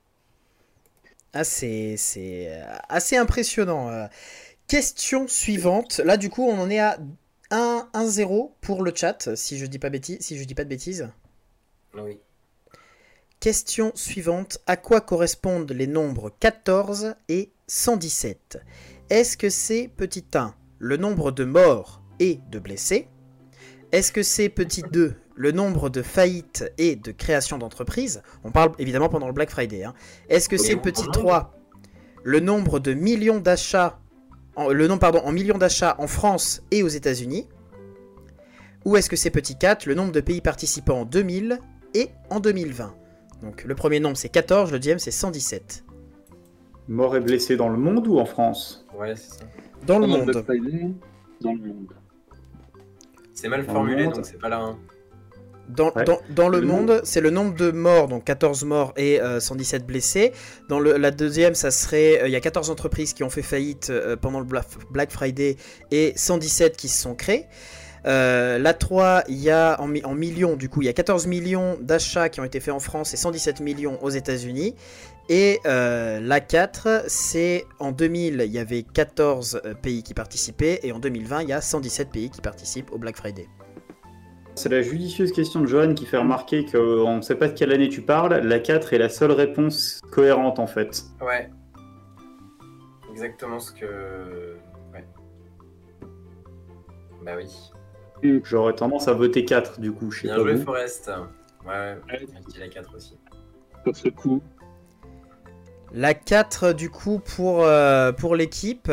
Ah, c'est c'est, euh, assez impressionnant. euh. Question suivante. Là, du coup, on en est à un zéro pour le chat, si je dis pas bêtise, si je dis pas de bêtises. Oui. Question suivante. À quoi correspondent les nombres quatorze et cent dix-sept? Est-ce que c'est petit un, le nombre de morts et de blessés? Est-ce que c'est petit deux, le nombre de faillites et de créations d'entreprises? On parle évidemment pendant le Black Friday. Hein. Est-ce que Oui, c'est on- petit on- trois, le nombre de millions d'achats en, le nom, pardon, en millions d'achats en France et aux États-Unis? Ou est-ce que c'est petit quatre, le nombre de pays participants en deux mille et en deux mille vingt? Donc le premier nombre c'est quatorze, le deuxième c'est cent dix-sept. Morts et blessés dans le monde ou en France? Ouais, c'est ça. Dans le Pendant monde. Black Friday, dans le monde. C'est mal Dans le formulé, monde. donc c'est pas là. Hein. Dans, Ouais. dans, dans le Le monde, c'est le nombre de morts, donc quatorze morts et euh, cent dix-sept blessés. Dans le, la deuxième, ça serait, euh, il y a quatorze entreprises qui ont fait faillite euh, pendant le Bla- Black Friday et cent dix-sept qui se sont créées. Euh, la trois, il y a en, mi- en millions, du coup, il y a quatorze millions d'achats qui ont été faits en France et cent dix-sept millions aux États-Unis. Et euh, la quatre, c'est en deux mille, il y avait quatorze euh, pays qui participaient et en deux mille vingt, il y a cent dix-sept pays qui participent au Black Friday. C'est la judicieuse question de Johan qui fait remarquer qu'on ne sait pas de quelle année tu parles. La quatre est la seule réponse cohérente en fait. Ouais. Exactement ce que. Ouais. Bah oui. J'aurais tendance à voter quatre du coup, je sais Bien pas joué, vous. Forest. Ouais, ouais. Ouais. Je dis la quatre aussi. Sur ce coup. La quatre du coup pour, euh, pour l'équipe.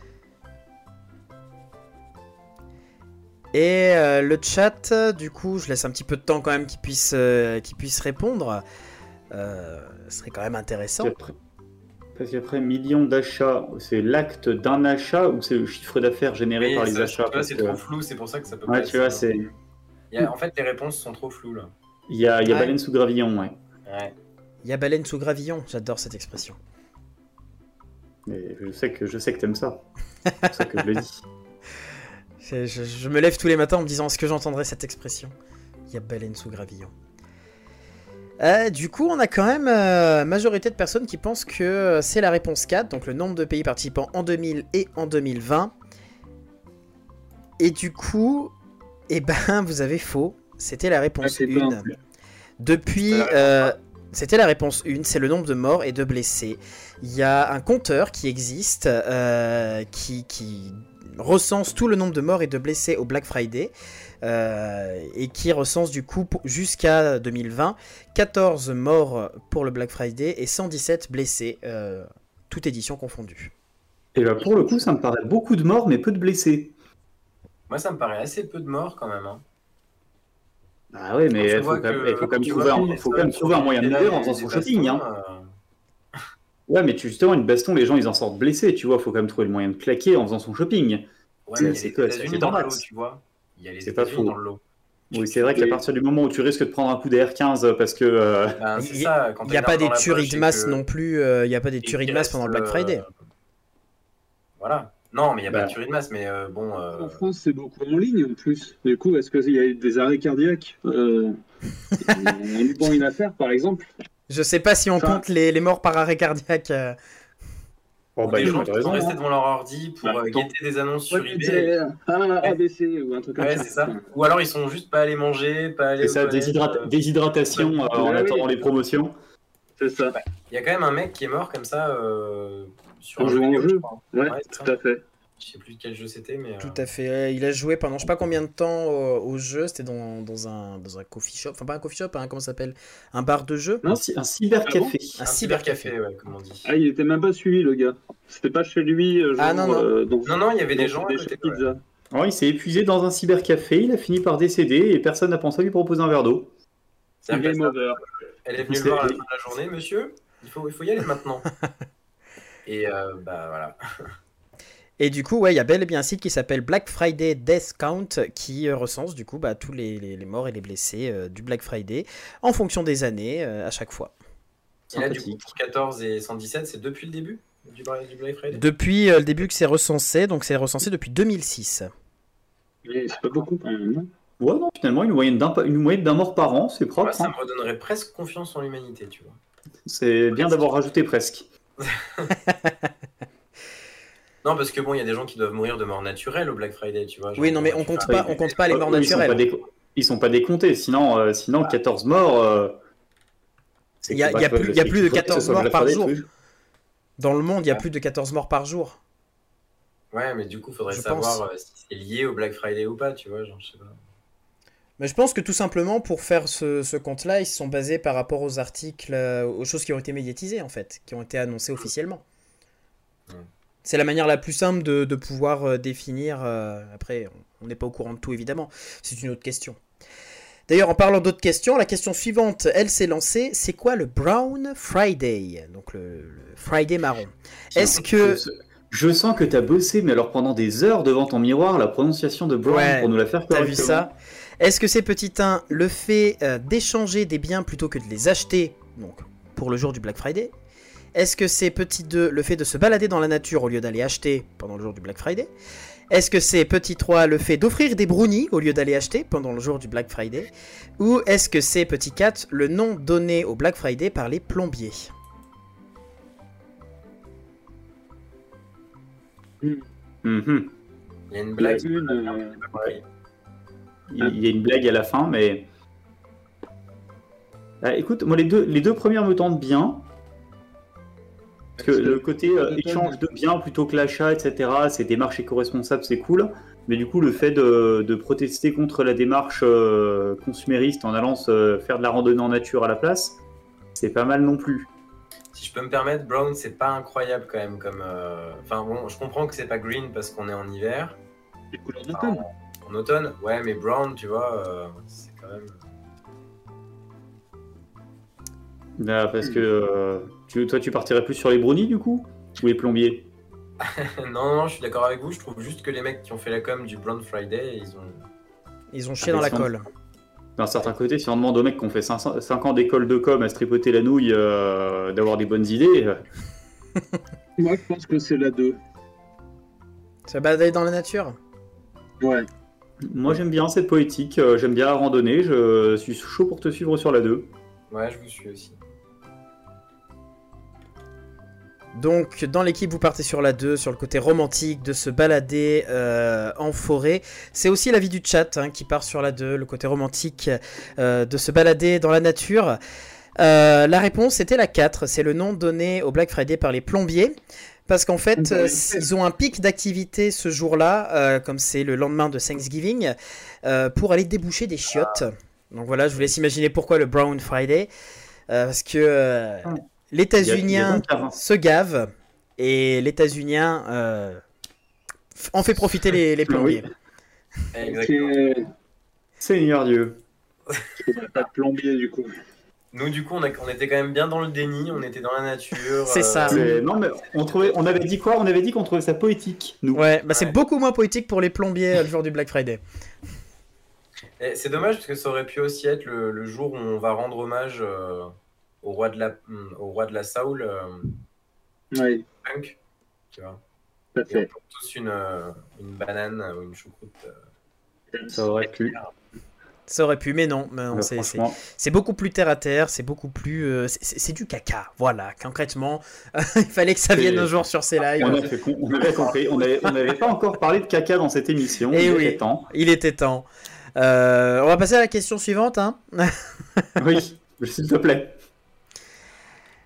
Et euh, le chat, du coup, je laisse un petit peu de temps quand même qu'il puisse, euh, qu'il puisse répondre. Euh, ce serait quand même intéressant. Parce qu'après- Parce qu'après, millions d'achats, c'est l'acte d'un achat ou c'est le chiffre d'affaires généré Mais par les ça, achats? tu vois, Parce c'est que- trop flou, c'est pour ça que ça peut Ouais, pas tu vois, être- c'est. Il y a- En fait, les réponses sont trop floues là. Il y a, il y a Ouais. baleine sous gravillon, ouais. Ouais. Il y a baleine sous gravillon, j'adore cette expression. Mais je sais que je sais que t'aimes ça. C'est pour ça que je le dis. Je, je- je me lève tous les matins en me disant est-ce que j'entendrai cette expression? Il y a baleine sous gravillon. Euh, du coup, on a quand même euh, majorité de personnes qui pensent que euh, c'est la réponse quatre, donc le nombre de pays participants en deux mille et en deux mille vingt. Et du coup, eh ben, vous avez faux. C'était la Ah, réponse c'est pas un. un flou. Depuis, C'était la réponse euh, c'était la réponse un, c'est le nombre de morts et de blessés. Il y a un compteur qui existe, euh, qui, qui recense tout le nombre de morts et de blessés au Black Friday, euh, et qui recense du coup pour- jusqu'à deux mille vingt, quatorze morts pour le Black Friday et cent dix-sept blessés, euh, toute édition confondue. Et bah pour le coup, ça me paraît beaucoup de morts mais peu de blessés. Moi, ça me paraît assez peu de morts quand même. Hein. Ah ouais, mais Quand tu il faut, vois quand même- que- il faut quand même tu trouver vois un, les faut quand même soldes trouver un sur moyen de les mourir en bastons, faisant son shopping. Hein. euh, Ouais, mais tu, justement, une baston, les gens ils en sortent blessés, tu vois, faut quand même trouver le moyen de claquer en faisant son shopping. Ouais, C'est- mais il y c'est a les que- c'est- États-Unis c'est dans le normal. lot, tu vois. Il y a les C'est pas États-Unis faux. dans le lot. Oui, c'est vrai qu'à partir du moment où tu risques de prendre un coup des R quinze parce que. euh, Ben, c'est Il y- ça, quand Il t'as n'y a une pas arme des dans la tueries poche de et masse que- non plus, euh, il n'y a pas des et tueries de qu'il masse reste, pendant le Black euh, Friday. Voilà. Non, mais il n'y a pas Bah. de tuerie de masse, mais euh, bon. euh, En France, c'est beaucoup en ligne en plus. Du coup, est-ce qu'il y a eu des arrêts cardiaques euh, en loupant une affaire, par exemple? Je sais pas si on Enfin- compte les, les morts par arrêt cardiaque. euh, Oh, ou bah, des il y a gens pas qui de sont raison. restés hein. devant leur ordi pour Bah, euh, attends. guetter des annonces sur Ouais, eBay. c'est un A B C ou un truc comme Ouais, ça. c'est ça. Ou alors ils sont juste pas allés manger, pas allés C'est aux ça, toilettes, déshydrata- euh, déshydratation euh, en Ouais, oui. attendant les promotions. C'est ça. Il y a quand même un mec qui est mort comme ça euh, sur En un jeu jouant au vidéo, jeu. je crois. Ouais, Ouais, c'est tout ça. à fait. Je sais plus quel jeu c'était, mais. Tout euh, à fait. Euh, Il a joué pendant je sais pas combien de temps au, au jeu. C'était dans, dans, un, dans un coffee shop. Enfin, pas un coffee shop, hein, comment ça s'appelle? Un bar de jeu? Non. Un, cy- un cybercafé. Un Un cybercafé. cybercafé, ouais, comme on dit. Ah, il était même pas suivi, le gars. C'était pas chez lui. euh, Ah, genre, non, non. euh, dans- Non, non, il y avait des dans gens à des côté, chez pizza. Ouais, il s'est épuisé dans un cybercafé, il a fini par décéder et personne n'a pensé à lui proposer un verre d'eau. C'est C'est-à-dire game que over. Elle est venue C'est- le voir à la fin de la journée, monsieur. Il faut, il faut y aller maintenant. Et euh, bah voilà. Et du coup, ouais, il y a bel et bien un site qui s'appelle Black Friday Death Count qui euh, recense du coup bah, tous les, les, les morts et les blessés euh, du Black Friday en fonction des années euh, à chaque fois. Et là, du coup, Sympathique. pour quatorze et cent dix-sept, c'est depuis le début du, Bra- du Black Friday. Depuis euh, le début que c'est recensé, donc c'est recensé depuis deux mille six. Mais c'est pas beaucoup quand même. non Ouais, non, finalement, une moyenne d'un pa- une moyenne d'un mort par an, c'est Moi, propre. ça hein. me redonnerait presque confiance en l'humanité, tu vois. C'est bien d'avoir rajouté presque. Non, parce que bon, il y a des gens qui doivent mourir de mort naturelle au Black Friday, tu vois. genre, Oui, non, mais on tu compte vas- pas, on compte pas les Euh, morts eux, ils sont pas naturelles. déco- Ils sont pas décomptés, sinon, euh, sinon quatorze morts. euh, c'est Il y a- que il y a Black plus- il y a Friday- plus de c'est que quatorze ce soit morts Black par Friday, jour. oui. Dans le monde, il y a Ouais. plus de quatorze morts par jour. Ouais, mais du coup, faudrait Je savoir euh, si c'est lié au Black Friday ou pas, tu vois. Genre, je sais pas. Mais je pense que tout simplement, pour faire ce, ce compte-là, ils se sont basés par rapport aux articles, euh, aux choses qui ont été médiatisées, en fait, qui ont été annoncées officiellement. Ouais. C'est la manière la plus simple de, de pouvoir euh, définir. euh, après, on- on n'est pas au courant de tout, évidemment. C'est une autre question. D'ailleurs, en parlant d'autres questions, la question suivante, elle s'est lancée. C'est quoi le Brown Friday? Donc le, le Friday marron. Est-ce que... Je, je sens que t'as bossé, mais alors pendant des heures devant ton miroir, la prononciation de Brown Ouais, pour nous la faire T'as correctement. vu ça? Est-ce que c'est petit un, le fait euh, d'échanger des biens plutôt que de les acheter, donc pour le jour du Black Friday? Est-ce que c'est petit deux, le fait de se balader dans la nature au lieu d'aller acheter pendant le jour du Black Friday? Est-ce que c'est petit trois, le fait d'offrir des brownies au lieu d'aller acheter pendant le jour du Black Friday? Ou est-ce que c'est petit quatre, le nom donné au Black Friday par les plombiers? Mhm. Il y a une Il y a blague. une, euh, j'ai pas compris. Il il y a une blague à la fin, mais. Ah, écoute, moi les deux, les deux premières me tentent bien. Parce que le côté euh, échange de biens plutôt que l'achat, et cetera, c'est démarche éco-responsable, c'est cool. Mais du coup, le fait de, de protester contre la démarche euh, consumériste en allant se faire de la randonnée en nature à la place, c'est pas mal non plus. Si je peux me permettre, Brown, c'est pas incroyable quand même. Comme, euh, enfin bon, je comprends que c'est pas green parce qu'on est en hiver. les couleurs Enfin, d'automne. en, en automne, ouais, mais brown, tu vois, euh, c'est quand même. Là, parce que euh, tu, toi, tu partirais plus sur les brownies du coup? Ou les plombiers? non, non, je suis d'accord avec vous. Je trouve juste que les mecs qui ont fait la com du Brown Friday, ils ont. Ils ont chié dans la colle. D'un certain côté, si on demande aux mecs qui ont fait cinq ans d'école de com à se tripoter la nouille, euh, d'avoir des bonnes idées, euh, Moi, je pense que c'est la deux. Se balader dans la nature? Ouais. moi j'aime bien cette poétique, euh, j'aime bien la randonnée, je suis chaud pour te suivre sur la deux. Ouais, je vous suis aussi. Donc, dans l'équipe, vous partez sur la deux, sur le côté romantique de se balader euh, en forêt. C'est aussi l'avis du chat hein, qui part sur la deux, le côté romantique euh, de se balader dans la nature. Euh, la réponse était la quatre, c'est le nom donné au Black Friday par les plombiers. Parce qu'en fait, euh, ils ont un pic d'activité ce jour-là, euh, comme c'est le lendemain de Thanksgiving, euh, pour aller déboucher des chiottes. Donc voilà, je vous laisse imaginer pourquoi le Brown Friday. Euh, parce que euh, l'États-Unien se gave et l'États-Unien euh, en fait profiter les, les plombiers. Exactement. Ok. Seigneur Dieu. Pas de plombier du coup. Nous, du coup, on, a, on était quand même bien dans le déni, on était dans la nature. C'est ça. C'est- Non mais on, trouvait, on avait dit quoi? On avait dit qu'on trouvait ça poétique, nous. Ouais, bah c'est Ouais. beaucoup moins poétique pour les plombiers euh, le jour du Black Friday. Et c'est dommage parce que ça aurait pu aussi être le, le jour où on va rendre hommage euh, au roi de la, au roi de la Soul, euh, Ouais, Punk, tu vois. tout à Et on fait. trouve tous une, euh, une banane ou une choucroute. euh. Ça aurait pu. Ça aurait pu, mais non, mais non, Euh, c'est, c'est, franchement. c'est beaucoup plus terre à terre, c'est beaucoup plus. euh, c'est, c'est- c'est du caca, voilà. Concrètement, il fallait que ça vienne C'est- un jour sur ces lives. On, a fait con- on avait compris. On avait- on n'avait pas encore parlé de caca dans cette émission. Eh il oui. était temps. Il était temps. Euh, on va passer à la question suivante. Hein. Oui, s'il te plaît.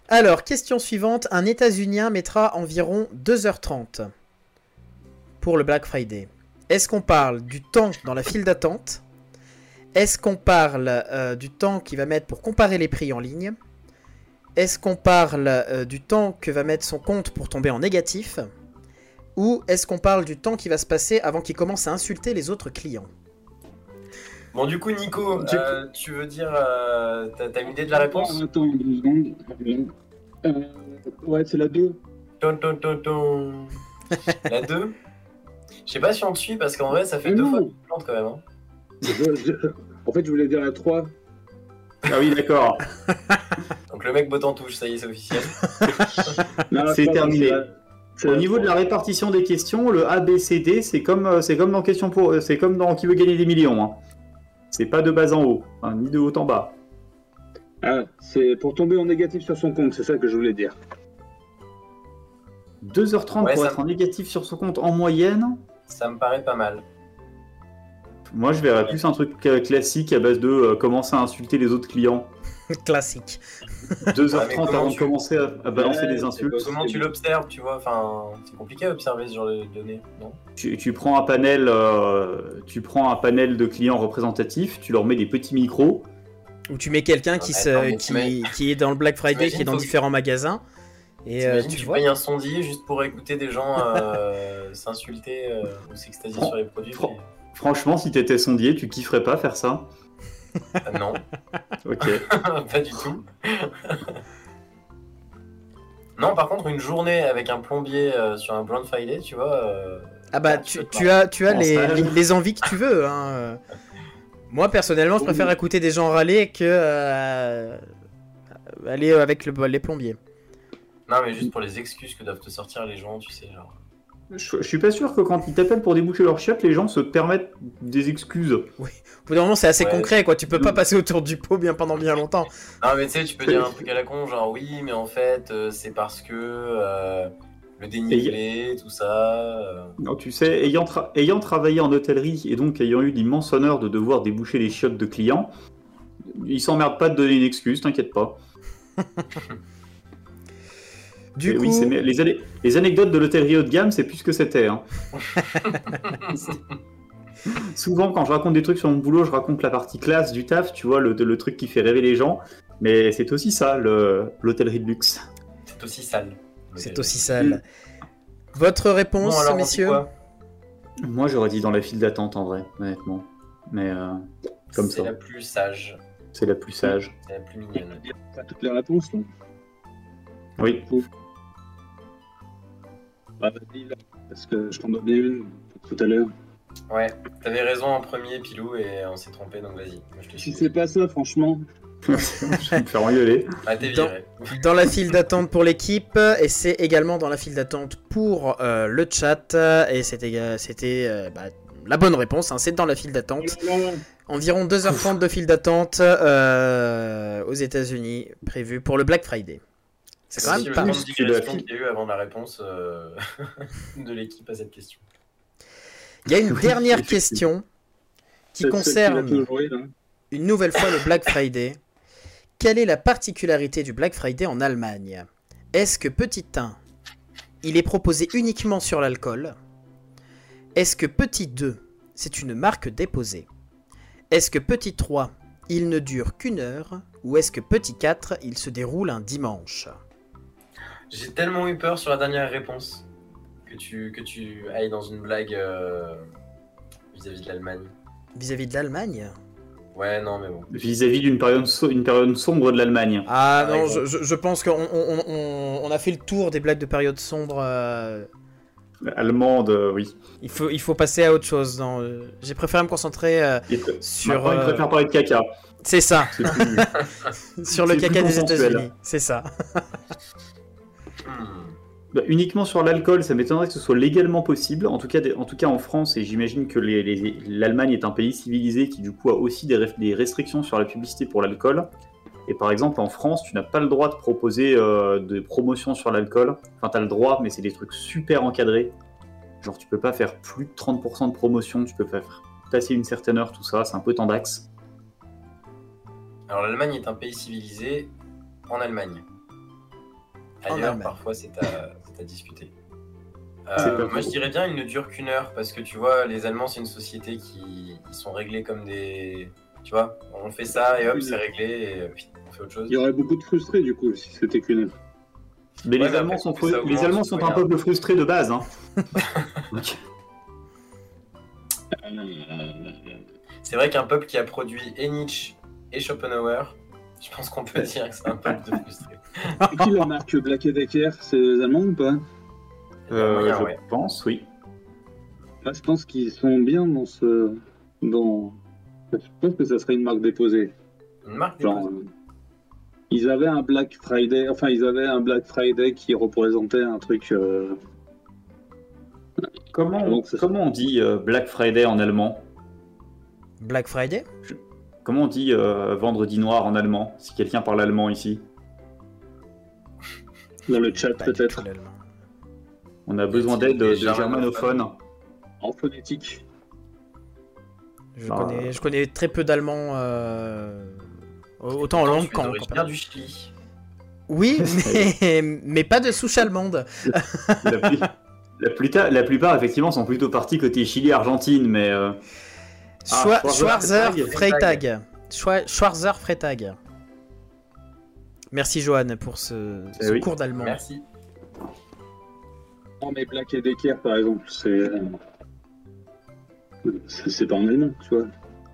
Alors, question suivante. Un États-Unien mettra environ deux heures trente pour le Black Friday. Est-ce qu'on parle du temps dans la file d'attente? Est-ce qu'on parle euh, du temps qu'il va mettre pour comparer les prix en ligne? Est-ce qu'on parle euh, du temps que va mettre son compte pour tomber en négatif? Ou est-ce qu'on parle du temps qui va se passer avant qu'il commence à insulter les autres clients? Bon, du coup, Nico, euh, tu veux dire... Euh, t'as, t'as une idée de la réponse? Attends, deux secondes. Euh, ouais, c'est la deux. Ton, ton, ton, ton. La deux. Je sais pas si on te suit, parce qu'en vrai, ça fait Ah deux non. fois que tu plantes quand même. Hein. Je- je- En fait, je voulais dire la trois. Ah oui, d'accord. Donc le mec botte en touche, ça y est, c'est officiel. Non, C'est pas- terminé. la- c'est Au la niveau de trois. la répartition des questions, le A, B, C, D, c'est comme, euh, c'est comme dans question pour, euh, c'est comme dans Qui veut gagner des millions. Hein. C'est pas de bas en haut, hein, ni de haut en bas. Ah, c'est pour tomber en négatif sur son compte, c'est ça que je voulais dire. deux heures trente Ouais, pour ça être me- en négatif sur son compte en moyenne. Ça me paraît pas mal. Moi, je verrais plus un truc euh, classique à base de euh, commencer à insulter les autres clients. Classique. deux heures Ouais, mais trente comment avant tu- de commencer à, à balancer Ouais, des c'est insultes. possible. Comment tu l'observes, tu vois? Enfin, c'est compliqué à observer ce genre de données, non? Tu, tu prends un panel, euh, tu prends un panel de clients représentatifs, tu leur mets des petits micros. Où tu mets quelqu'un qui, Attends, se, mais qui, t'imagines- qui est dans le Black Friday, qui est dans T'imagines, faut- différents magasins. Et euh, T'imagines, tu tu vois. payes un sondier juste pour écouter des gens euh, s'insulter euh, ou s'extasier sur les produits. Fran- mais- Franchement, si t'étais sondier, tu kifferais pas faire ça. Ah, non, Ok. pas du tout. Non, par contre, une journée avec un plombier euh, sur un Black Friday, tu vois. euh, Ah bah ça, tu, je sais tu pas. as, tu as En les, stage. les, les envies que tu veux. Hein. Moi personnellement, je préfère écouter des gens râler que euh, aller avec le, les plombiers. Non, mais juste pour les excuses que doivent te sortir les gens, tu sais, genre. Je, je suis pas sûr que quand ils t'appellent pour déboucher leur chiottes, les gens se permettent des excuses. Au bout d'un moment, c'est assez Ouais. concret, quoi. Tu peux pas Mm. passer autour du pot bien pendant bien longtemps. Non, mais tu sais, tu peux dire un truc à la con, genre oui, mais en fait, euh, c'est parce que euh, le dénivelé, tout ça. euh, Non, tu sais, ayant, tra- ayant travaillé en hôtellerie et donc ayant eu l'immense honneur de devoir déboucher les chiottes de clients, ils s'emmerdent pas de donner une excuse, t'inquiète pas. Du Et coup, oui, c'est- mais les, ane- les anecdotes de l'hôtellerie haut de gamme, c'est plus ce que c'était. Hein. Souvent, quand je raconte des trucs sur mon boulot, je raconte la partie classe du taf, tu vois, le, le truc qui fait rêver les gens. Mais c'est aussi ça, le- l'hôtellerie de luxe. C'est aussi sale. c'est aussi sale. Votre réponse, Bon, alors, on dit messieurs? quoi? Moi, j'aurais dit dans la file d'attente, en vrai, honnêtement. Mais euh, comme C'est ça, la plus sage, c'est la plus sage. c'est la plus mignonne. T'as toutes les réponses, là. Oui. Bah, vas-y, là, parce que je t'en donne une tout à l'heure. Ouais, t'avais raison en premier, Pilou, et on s'est trompé, donc vas-y. Moi, je te Si suis. c'est pas ça, franchement. Je vais me faire engueuler. Ah, t'es Dans- viré. Dans la file d'attente pour l'équipe, et c'est également dans la file d'attente pour euh, le chat. Et c'était c'était, euh, bah, la bonne réponse, hein, c'est dans la file d'attente. Oh là là. Environ deux heures trente de file d'attente euh, aux États-Unis prévu pour le Black Friday. C'est quand aussi même le pas temps mal. de plus que la digression fille. qu'il y a eu avant la réponse euh, de l'équipe à cette question. Il y a une Oui, dernière effectivement. question qui C'est celle qui va concerne tout jouer, là. une nouvelle fois le Black Friday. Quelle est la particularité du Black Friday en Allemagne? Est-ce que petit un, il est proposé uniquement sur l'alcool? Est-ce que petit deux, c'est une marque déposée? Est-ce que petit trois, il ne dure qu'une heure? Ou est-ce que petit quatre, il se déroule un dimanche? J'ai tellement eu peur sur la dernière réponse que tu, que tu ailles dans une blague euh, vis-à-vis de l'Allemagne. Vis-à-vis de l'Allemagne? Ouais, non, mais bon. Vis-à-vis d'une période, so- une période sombre de l'Allemagne. Ah Ah, non, ouais, je, je- je pense qu'on on, on- on- on a fait le tour des blagues de période sombre. euh, Allemande, euh, oui. il, faut, il faut passer à autre chose. non, euh, J'ai préféré me concentrer euh, Et pr- sur... Maintenant, ils euh, préfèrent parler de caca. c'est ça, C'est plus- sur le c'est caca plus des consensuel. États-Unis. C'est ça. Hmm. Bah, uniquement sur l'alcool, ça m'étonnerait que ce soit légalement possible. En tout cas, des- en, tout cas en France, et j'imagine que les- les- l'Allemagne est un pays civilisé qui du coup a aussi des, ref- des restrictions sur la publicité pour l'alcool. Et par exemple, en France, tu n'as pas le droit de proposer euh, de promotions sur l'alcool. Enfin, tu as le droit, mais c'est des trucs super encadrés. Genre, tu peux pas faire plus de trente pour cent de promotion, tu peux pas faire passer une certaine heure, tout ça, c'est un peu tendax. Alors l'Allemagne est un pays civilisé en Allemagne. Ailleurs, Allemagne. parfois, c'est à, c'est à discuter. C'est Euh, pas moi, faux. je dirais bien, il ne dure qu'une heure parce que tu vois, les Allemands, c'est une société qui ils sont réglés comme des. Tu vois, on fait ça et hop, c'est réglé et puis on fait autre chose. Il y aurait beaucoup de frustrés du coup si c'était qu'une heure. Mais Ouais, les mais Allemands après, sont, faut que ça les augmente, Allemands sont un regarde. peuple frustré de base. Hein. Donc, C'est vrai qu'un peuple qui a produit et Nietzsche et Schopenhauer, je pense qu'on peut dire que c'est un peuple de frustrés. C'est qui la marque Black Decker? C'est les Allemands ou pas? Il y a euh, moyen, je ouais. pense, oui. Moi, je pense qu'ils sont bien dans ce. Dans... Je pense que ça serait une marque déposée. Une marque Genre, déposée. euh, ils avaient un Black Friday, enfin, ils avaient un Black Friday qui représentait un truc. euh, Comment, Donc, c'est- comment on dit euh, Black Friday en allemand? Black Friday? Comment on dit euh, vendredi noir en allemand? Si quelqu'un parle allemand ici. Dans le chat, Pas du peut-être. tout l'allemand. On a besoin Est-il d'aide de, des de germanophones. En phonétique. Je, Bah, connais, je connais très peu d'allemand. euh, Autant en Pourtant, langue tu es qu'en. originaire du Chili. Oui, mais, mais pas de souche allemande. La, plus- la, plupart, la plupart, effectivement, sont plutôt partis côté Chili-Argentine, mais... euh, Ah, Schwa- Schwarzer Schwarzer Freitag. Freitag. Schwa- Schwarzer Freitag. Merci Johan pour ce, Eh ce oui. cours d'allemand. Merci. Non, mais Black et Decker, par exemple, c'est. euh, C'est c'est pas en allemand, tu vois.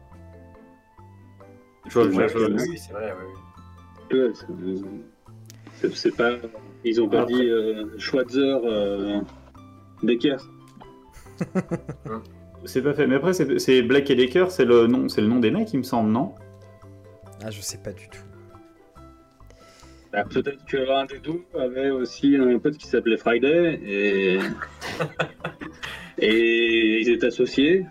je vois- je vois- Ouais, je vois- Oui, c'est vrai, oui, oui. Ouais, c'est- c'est c'est pas. Ils ont pas Après- dit euh, Schwarzer euh, Decker. C'est pas fait. Mais après, c'est c'est Black et Decker, c'est le nom, c'est le nom des mecs, il me semble, non? Ah, je sais pas du tout. Bah, peut-être que l'un des deux avait aussi un pote qui s'appelait Friday et. et ils étaient associés.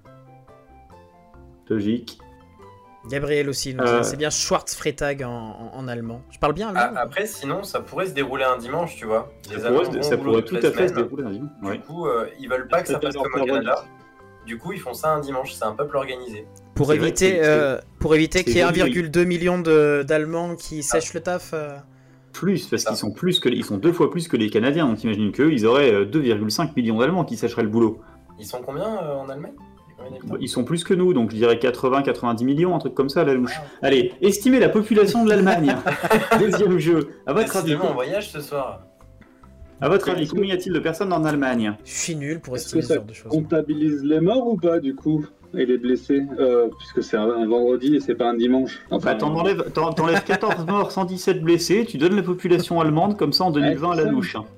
Logique. Gabriel aussi, nous dit, Euh. c'est bien Schwarz Freitag en, en- en allemand. Je parle bien allemand? Ah, après, sinon, ça pourrait se dérouler un dimanche, tu vois. Les Ça Allemands pourrait, vont ça au boulot pourrait toute tout la à fait se semaine. dérouler un dimanche. Du Ouais. coup, euh, ils veulent pas que ça C'est fasse leur comme au parole. Canada. Du coup, ils font ça un dimanche. C'est un peuple organisé. Pour C'est vrai éviter, que c'est- euh, pour éviter c'est qu'il y ait joli, oui. un virgule deux million de- d'Allemands qui sèchent le taf. euh. Plus, parce Ça. qu'ils sont plus que les- ils sont deux fois plus que les Canadiens. Donc imagine qu'eux, ils auraient euh, deux virgule cinq millions d'Allemands qui sècheraient le boulot. Ils sont combien euh, en Allemagne? Il y a combien d'habitants Ils sont plus que nous, donc je dirais quatre-vingts quatre-vingt-dix millions, un truc comme ça à la louche. Ah. Allez, estimez la population de l'Allemagne. Deuxième jeu. À votre avis, Décidément, on voyage ce soir. à votre avis, combien y a-t-il de personnes en Allemagne? Je suis nul pour Est-ce estimer que ce ça genre de choses. comptabilise les morts ou pas, du coup? Et les blessés? Euh, puisque c'est un, un vendredi et c'est pas un dimanche. Enfin, t'en enlèves, t'en- t'enlèves quatorze morts, cent dix-sept blessés, tu donnes la population allemande comme ça en deux mille vingt à la c'est ça. louche. hein.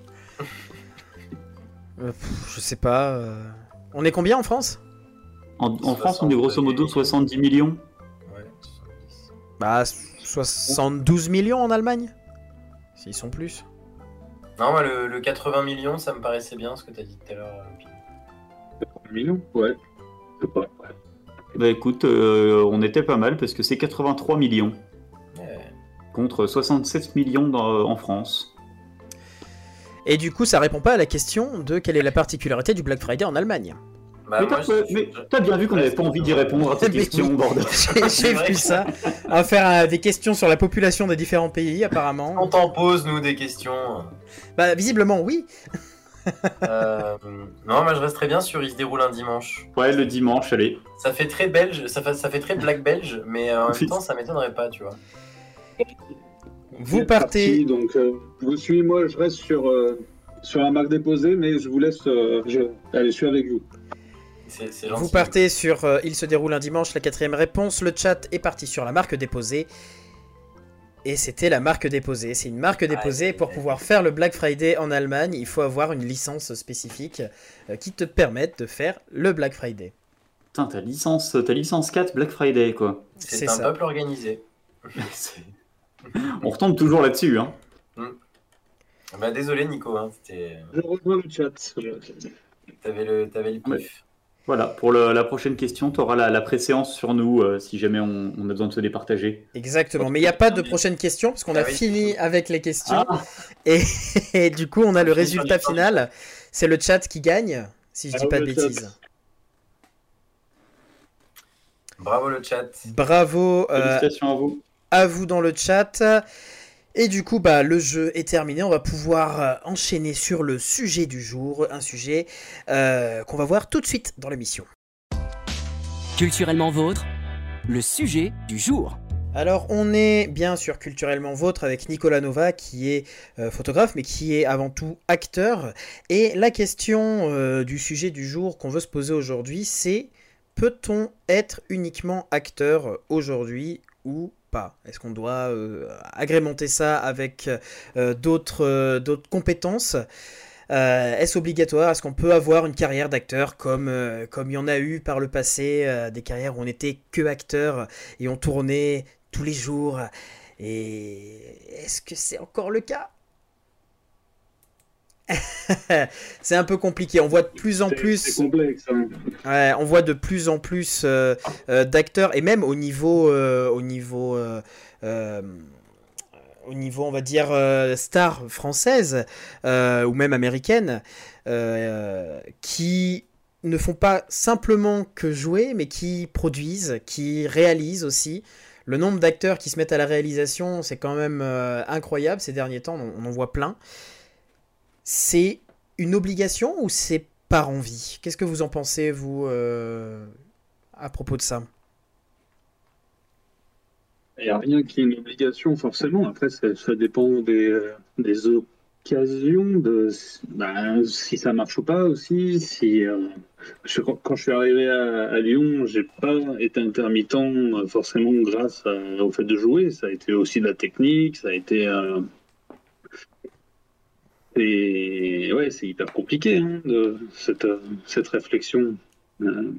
Euh, pff, je sais pas. euh. On est combien en France? En, en France, on est grosso modo soixante-dix millions. Ouais, soixante-dix. Bah, soixante-douze millions en Allemagne. S'ils sont plus. Non, moi, le, le quatre-vingts millions, ça me paraissait bien ce que tu as dit tout à l'heure. euh, Pim. Un million? Ouais. C'est pas. Bah écoute, euh, on était pas mal parce que c'est quatre-vingt-trois millions Ouais. contre soixante-sept millions dans- en France. Et du coup, ça répond pas à la question de quelle est la particularité du Black Friday en Allemagne. Bah, mais moi, t'as je- mais je- t'as bien vu qu'on Ouais, n'avait pas c'est envie bon. d'y répondre à tes Mais questions, oui. bordel. J'ai C'est j'ai vrai vu que- ça. On va faire euh, des questions sur la population des différents pays, On apparemment. t'en pose, nous, des questions. Bah, visiblement, oui. Euh, non, moi, je resterais bien sur il se déroule un dimanche. Ouais, le dimanche, allez. Ça fait très belge, ça fait, ça fait très black belge, mais euh, en Oui. même temps, ça m'étonnerait pas, tu vois. Vous C'est partez. parti, donc, euh, je vous suis, moi, je reste sur, euh, sur la marque déposée, mais je vous laisse. euh, je... Allez, je suis avec vous. C'est c'est gentil. Vous partez sur euh, il se déroule un dimanche, la quatrième réponse. Le chat est parti sur la marque déposée. Et c'était la marque déposée. C'est une marque déposée. ouais, Pour ouais. pouvoir faire le Black Friday en Allemagne, il faut avoir une licence spécifique euh, qui te permette de faire le Black Friday. Putain, ta licence, ta licence quatre Black Friday, quoi. c'est C'est un ça. peuple organisé. C'est- On retombe toujours là-dessus, hein. Bah, désolé, Nico, hein, c'était- Je rejoins le chat. t'avais le, t'avais le pif. Ouais. Voilà, pour le- la prochaine question, tu auras la, la préséance sur nous euh, si jamais on, on a besoin de se départager. Exactement. Mais il n'y a pas de prochaine question parce qu'on a Ah oui. fini avec les questions. Ah, Et, et du coup, on a le On finit résultat sur les final. C'est le chat qui gagne, si je dis Alors, pas de le chat. bêtises. Bravo le chat. Bravo euh, félicitations à vous. à vous dans le chat. Et du coup, bah, le jeu est terminé. On va pouvoir euh, enchaîner sur le sujet du jour. Un sujet euh, qu'on va voir tout de suite dans l'émission. Culturellement vôtre, le sujet du jour. Alors, on est bien sûr culturellement vôtre avec Nicolas Nova, qui est euh, photographe, mais qui est avant tout acteur. Et la question euh, du sujet du jour qu'on veut se poser aujourd'hui, c'est: peut-on être uniquement acteur aujourd'hui ou pas? Est-ce qu'on doit euh, agrémenter ça avec euh, d'autres euh, d'autres compétences? Euh, Est-ce obligatoire? Est-ce qu'on peut avoir une carrière d'acteur comme euh, comme il y en a eu par le passé, euh, des carrières où on n'était que acteur et on tournait tous les jours? Et est-ce que c'est encore le cas? C'est un peu compliqué. On voit de plus en C'est plus. c'est complexe. Hein. Ouais, on voit de plus en plus euh, euh, d'acteurs, et même au niveau, euh, au niveau, euh, euh, au niveau, on va dire euh, star française euh, ou même américaine, euh, qui ne font pas simplement que jouer, mais qui produisent, qui réalisent aussi. Le nombre d'acteurs qui se mettent à la réalisation, c'est quand même euh, incroyable ces derniers temps. On, on en voit plein. C'est une obligation ou c'est par envie? Qu'est-ce que vous en pensez, vous, euh, à propos de ça? Il n'y a rien qui est une obligation, forcément. Après, ça, ça dépend des, euh, des occasions, de ben, si ça marche ou pas aussi. Si, euh, je- quand je suis arrivé à, à Lyon, j'ai pas été intermittent euh, forcément grâce à- au fait de jouer. Ça a été aussi de la technique, ça a été. Euh, et ouais, c'est hyper compliqué, hein, de, cette, euh, cette réflexion. Euh,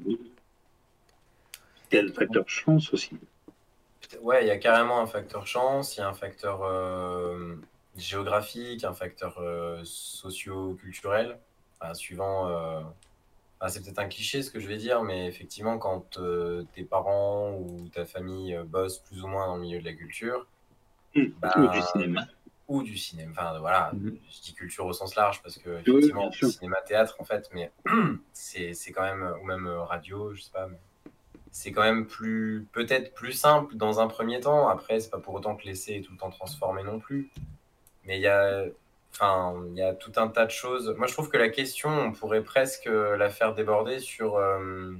Il y a le facteur chance aussi. Ouais, il y a carrément un facteur chance, il y a un facteur euh, géographique, un facteur euh, socio-culturel, enfin, suivant. euh, enfin, c'est peut-être un cliché ce que je vais dire, mais effectivement, quand euh, tes parents ou ta famille euh, bossent plus ou moins dans le milieu de la culture, Mmh. Ou du ben, cinéma. ou du cinéma, enfin voilà, Mhm. je dis culture au sens large parce que Oui, effectivement, bien sûr. cinéma, théâtre en fait, mais c'est c'est quand même, ou même euh, radio, je sais pas, mais c'est quand même plus, peut-être plus simple dans un premier temps. Après, c'est pas pour autant que l'essai est tout le temps transformé non plus. Mais il y a, enfin, il y a tout un tas de choses. Moi, je trouve que la question, on pourrait presque la faire déborder sur, euh,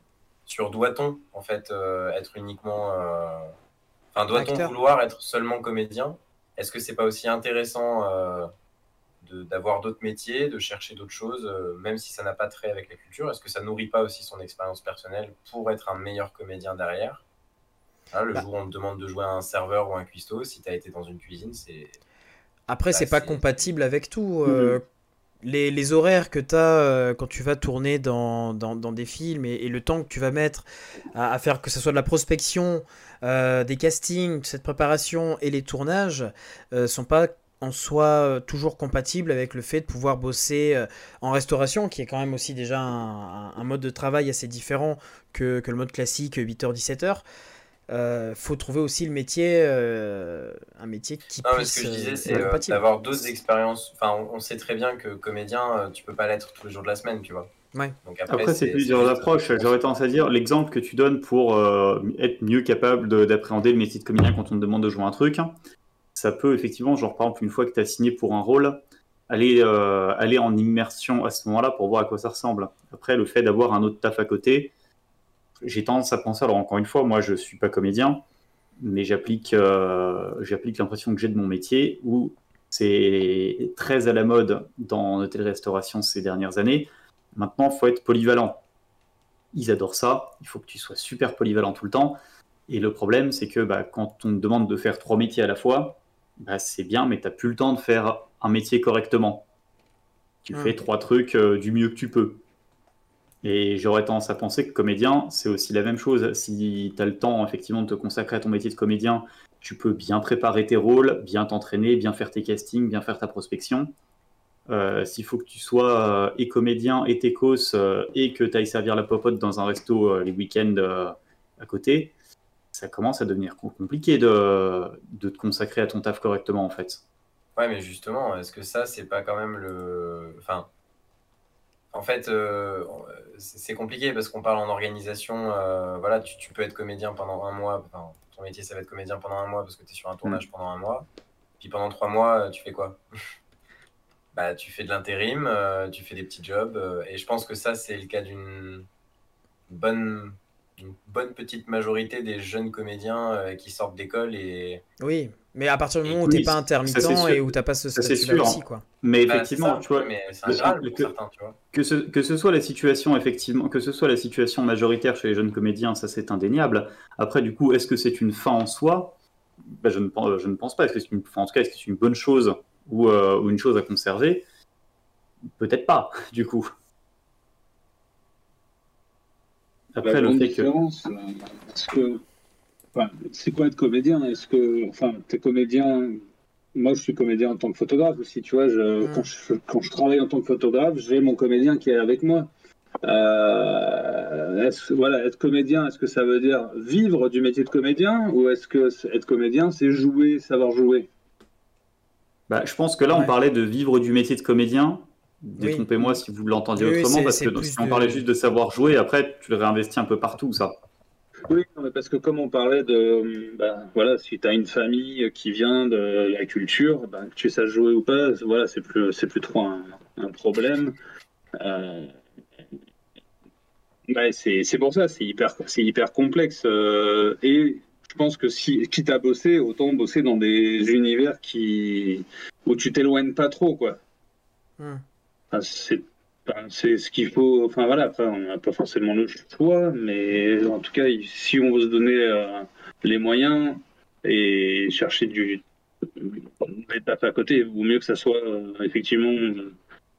sur doit-on, en fait, euh, être uniquement, euh, enfin, doit-on Acteur? vouloir être seulement comédien? Est-ce que c'est pas aussi intéressant euh, de- d'avoir d'autres métiers, de chercher d'autres choses, euh, même si ça n'a pas trait avec la culture? Est-ce que ça nourrit pas aussi son expérience personnelle pour être un meilleur comédien derrière? Voilà, le Bah, jour où on te demande de jouer un serveur ou un cuistot, si tu as été dans une cuisine, c'est après, bah, c'est pas c'est compatible avec tout. Mmh. euh, les, les horaires que tu as quand tu vas tourner dans, dans, dans des films, et, et le temps que tu vas mettre à, à faire, que ce soit de la prospection, euh, des castings, cette préparation et les tournages, euh, sont pas en soi euh, toujours compatibles avec le fait de pouvoir bosser euh, en restauration, qui est quand même aussi déjà un, un- un mode de travail assez différent que, que le mode classique huit heures dix-sept heures. Euh, faut trouver aussi le métier, euh, un métier qui Non, mais ce que puisse je euh, disais, c'est être euh, compatible. d'avoir d'autres expériences. Enfin, on, on sait très bien que comédien, euh, tu peux pas l'être tous les jours de la semaine, tu vois. Ouais. Donc après, Après, c'est c'est c'est plusieurs juste. approches. J'aurais tendance à dire l'exemple que tu donnes pour euh, être mieux capable de- d'appréhender le métier de comédien quand on te demande de jouer un truc. Ça peut effectivement, genre par exemple, une fois que tu as signé pour un rôle, aller, euh, aller en immersion à ce moment-là pour voir à quoi ça ressemble. Après, le fait d'avoir un autre taf à côté, j'ai tendance à penser, alors encore une fois, moi je suis pas comédien, mais j'applique euh, j'applique l'impression que j'ai de mon métier, où c'est très à la mode dans l'hôtellerie-restauration ces dernières années. Maintenant, il faut être polyvalent. Ils adorent ça, il faut que tu sois super polyvalent tout le temps. Et le problème, c'est que bah, quand on te demande de faire trois métiers à la fois, bah, c'est bien, mais tu n'as plus le temps de faire un métier correctement. Tu Hum. fais trois trucs euh, du mieux que tu peux. Et j'aurais tendance à penser que comédien, c'est aussi la même chose. Si tu as le temps effectivement de te consacrer à ton métier de comédien, tu peux bien préparer tes rôles, bien t'entraîner, bien faire tes castings, bien faire ta prospection. Euh, S'il faut que tu sois euh, et comédien et techos euh, et que tu ailles servir la popote dans un resto euh, les week-ends euh, à côté, ça commence à devenir compliqué de, de te consacrer à ton taf correctement en fait. Ouais, mais justement, est-ce que ça, c'est pas quand même le. Enfin, en fait, euh, c'est c'est compliqué parce qu'on parle en organisation. Euh, voilà, tu, tu peux être comédien pendant un mois. Enfin, ton métier, ça va être comédien pendant un mois parce que tu es sur un Mm. tournage pendant un mois. Puis pendant trois mois, tu fais quoi? Bah, tu fais de l'intérim, euh, tu fais des petits jobs. euh, et je pense que ça, c'est le cas d'une bonne, une bonne petite majorité des jeunes comédiens euh, qui sortent d'école. Et, Oui, mais à partir du et moment où oui, t'es pas ça, intermittent ça, c'est sûr. et où t'as pas ce Ça, c'est statut-là sûr. aussi, quoi. Mais bah, c'est effectivement, ça, tu vois, mais c'est un le- Graal le- pour que, certains, tu vois. que ce, que ce soit la situation, effectivement, que ce soit la situation majoritaire chez les jeunes comédiens, ça c'est indéniable. Après, du coup, est-ce que c'est une fin en soi? Bah, je ne pense, je ne pense pas. Est-ce que c'est une, enfin, en tout cas, est-ce que c'est une bonne chose ou, euh, ou une chose à conserver? Peut-être pas, du coup. La Après, le grande fait que... différence, euh, est-ce que, enfin, c'est quoi être comédien? Est-ce que, enfin, t'es comédien. Moi, je suis comédien en tant que photographe aussi, tu vois. Je, Mm. quand, je, quand je travaille en tant que photographe, j'ai mon comédien qui est avec moi. Euh, est-ce, voilà, être comédien, est-ce que ça veut dire vivre du métier de comédien ou est-ce que être comédien, c'est jouer, savoir jouer? Bah, je pense que là, on Ouais. parlait de vivre du métier de comédien. Oui. Détrompez-moi si vous l'entendiez Oui, oui, autrement, c'est parce c'est que plus si on parlait de... juste de savoir jouer, après, tu le réinvestis un peu partout, ça. Oui, non, mais parce que comme on parlait de, bah, voilà, si tu as une famille qui vient de la culture, bah, que tu saches jouer ou pas, voilà, c'est plus, c'est plus trop un, un problème. Euh, ouais, c'est, c'est pour ça, c'est hyper, c'est hyper complexe. euh, et je pense que si, quitte à bosser, autant bosser dans des univers qui, où tu t'éloignes pas trop, quoi. Mm. Enfin, c'est, enfin, c'est ce qu'il faut. Enfin voilà, après, on n'a pas forcément le choix, mais en tout cas, si on veut se donner euh, les moyens et chercher du des tafs à côté, il vaut mieux que ça soit euh, effectivement euh,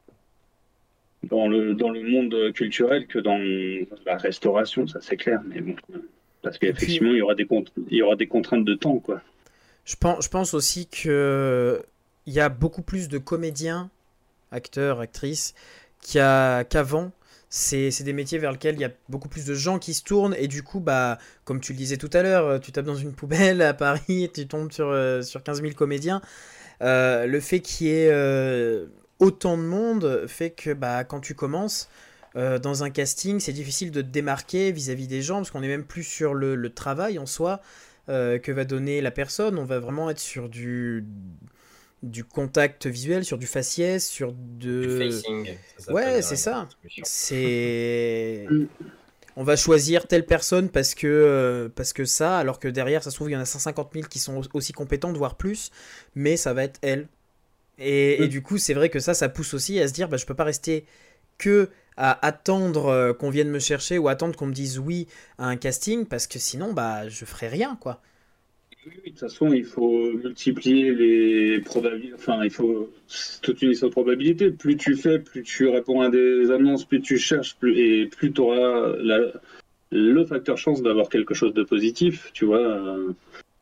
dans le dans le monde culturel que dans la restauration, ça c'est clair. Mais bon, parce Et puis, qu'effectivement, il y aura des cont- il y aura des contraintes de temps, quoi. je pense, je pense aussi que il y a beaucoup plus de comédiens, acteurs, actrices, qu'il y a- qu'avant. C'est c'est des métiers vers lesquels il y a beaucoup plus de gens qui se tournent et du coup, bah, comme tu le disais tout à l'heure, euh, tu tapes dans une poubelle à Paris, tu tombes sur, euh, sur quinze mille comédiens. Euh, le fait qu'il y ait euh, autant de monde fait que bah, quand tu commences euh, dans un casting, c'est difficile de te démarquer vis-à-vis des gens parce qu'on n'est même plus sur le, le travail en soi euh, que va donner la personne. On va vraiment être sur du, du contact visuel, sur du faciès, sur Du de... facing, ça s'appelle Ouais, dans c'est la ça. distribution. C'est... On va choisir telle personne parce que, euh, parce que ça, alors que derrière, ça se trouve, il y en a cent cinquante mille qui sont aussi compétentes, voire plus, mais ça va être elle. Et, et du coup, c'est vrai que ça, ça pousse aussi à se dire, bah, je peux pas rester que à attendre euh, qu'on vienne me chercher ou attendre qu'on me dise oui à un casting, parce que sinon, bah, je ferai rien, quoi. Oui, oui, de toute façon, il faut multiplier les probabilités. Enfin, il faut c'est toute une histoire de probabilité. Plus tu fais, plus tu réponds à des annonces, plus tu cherches, plus, et plus tu auras la- le facteur chance d'avoir quelque chose de positif, tu vois. euh,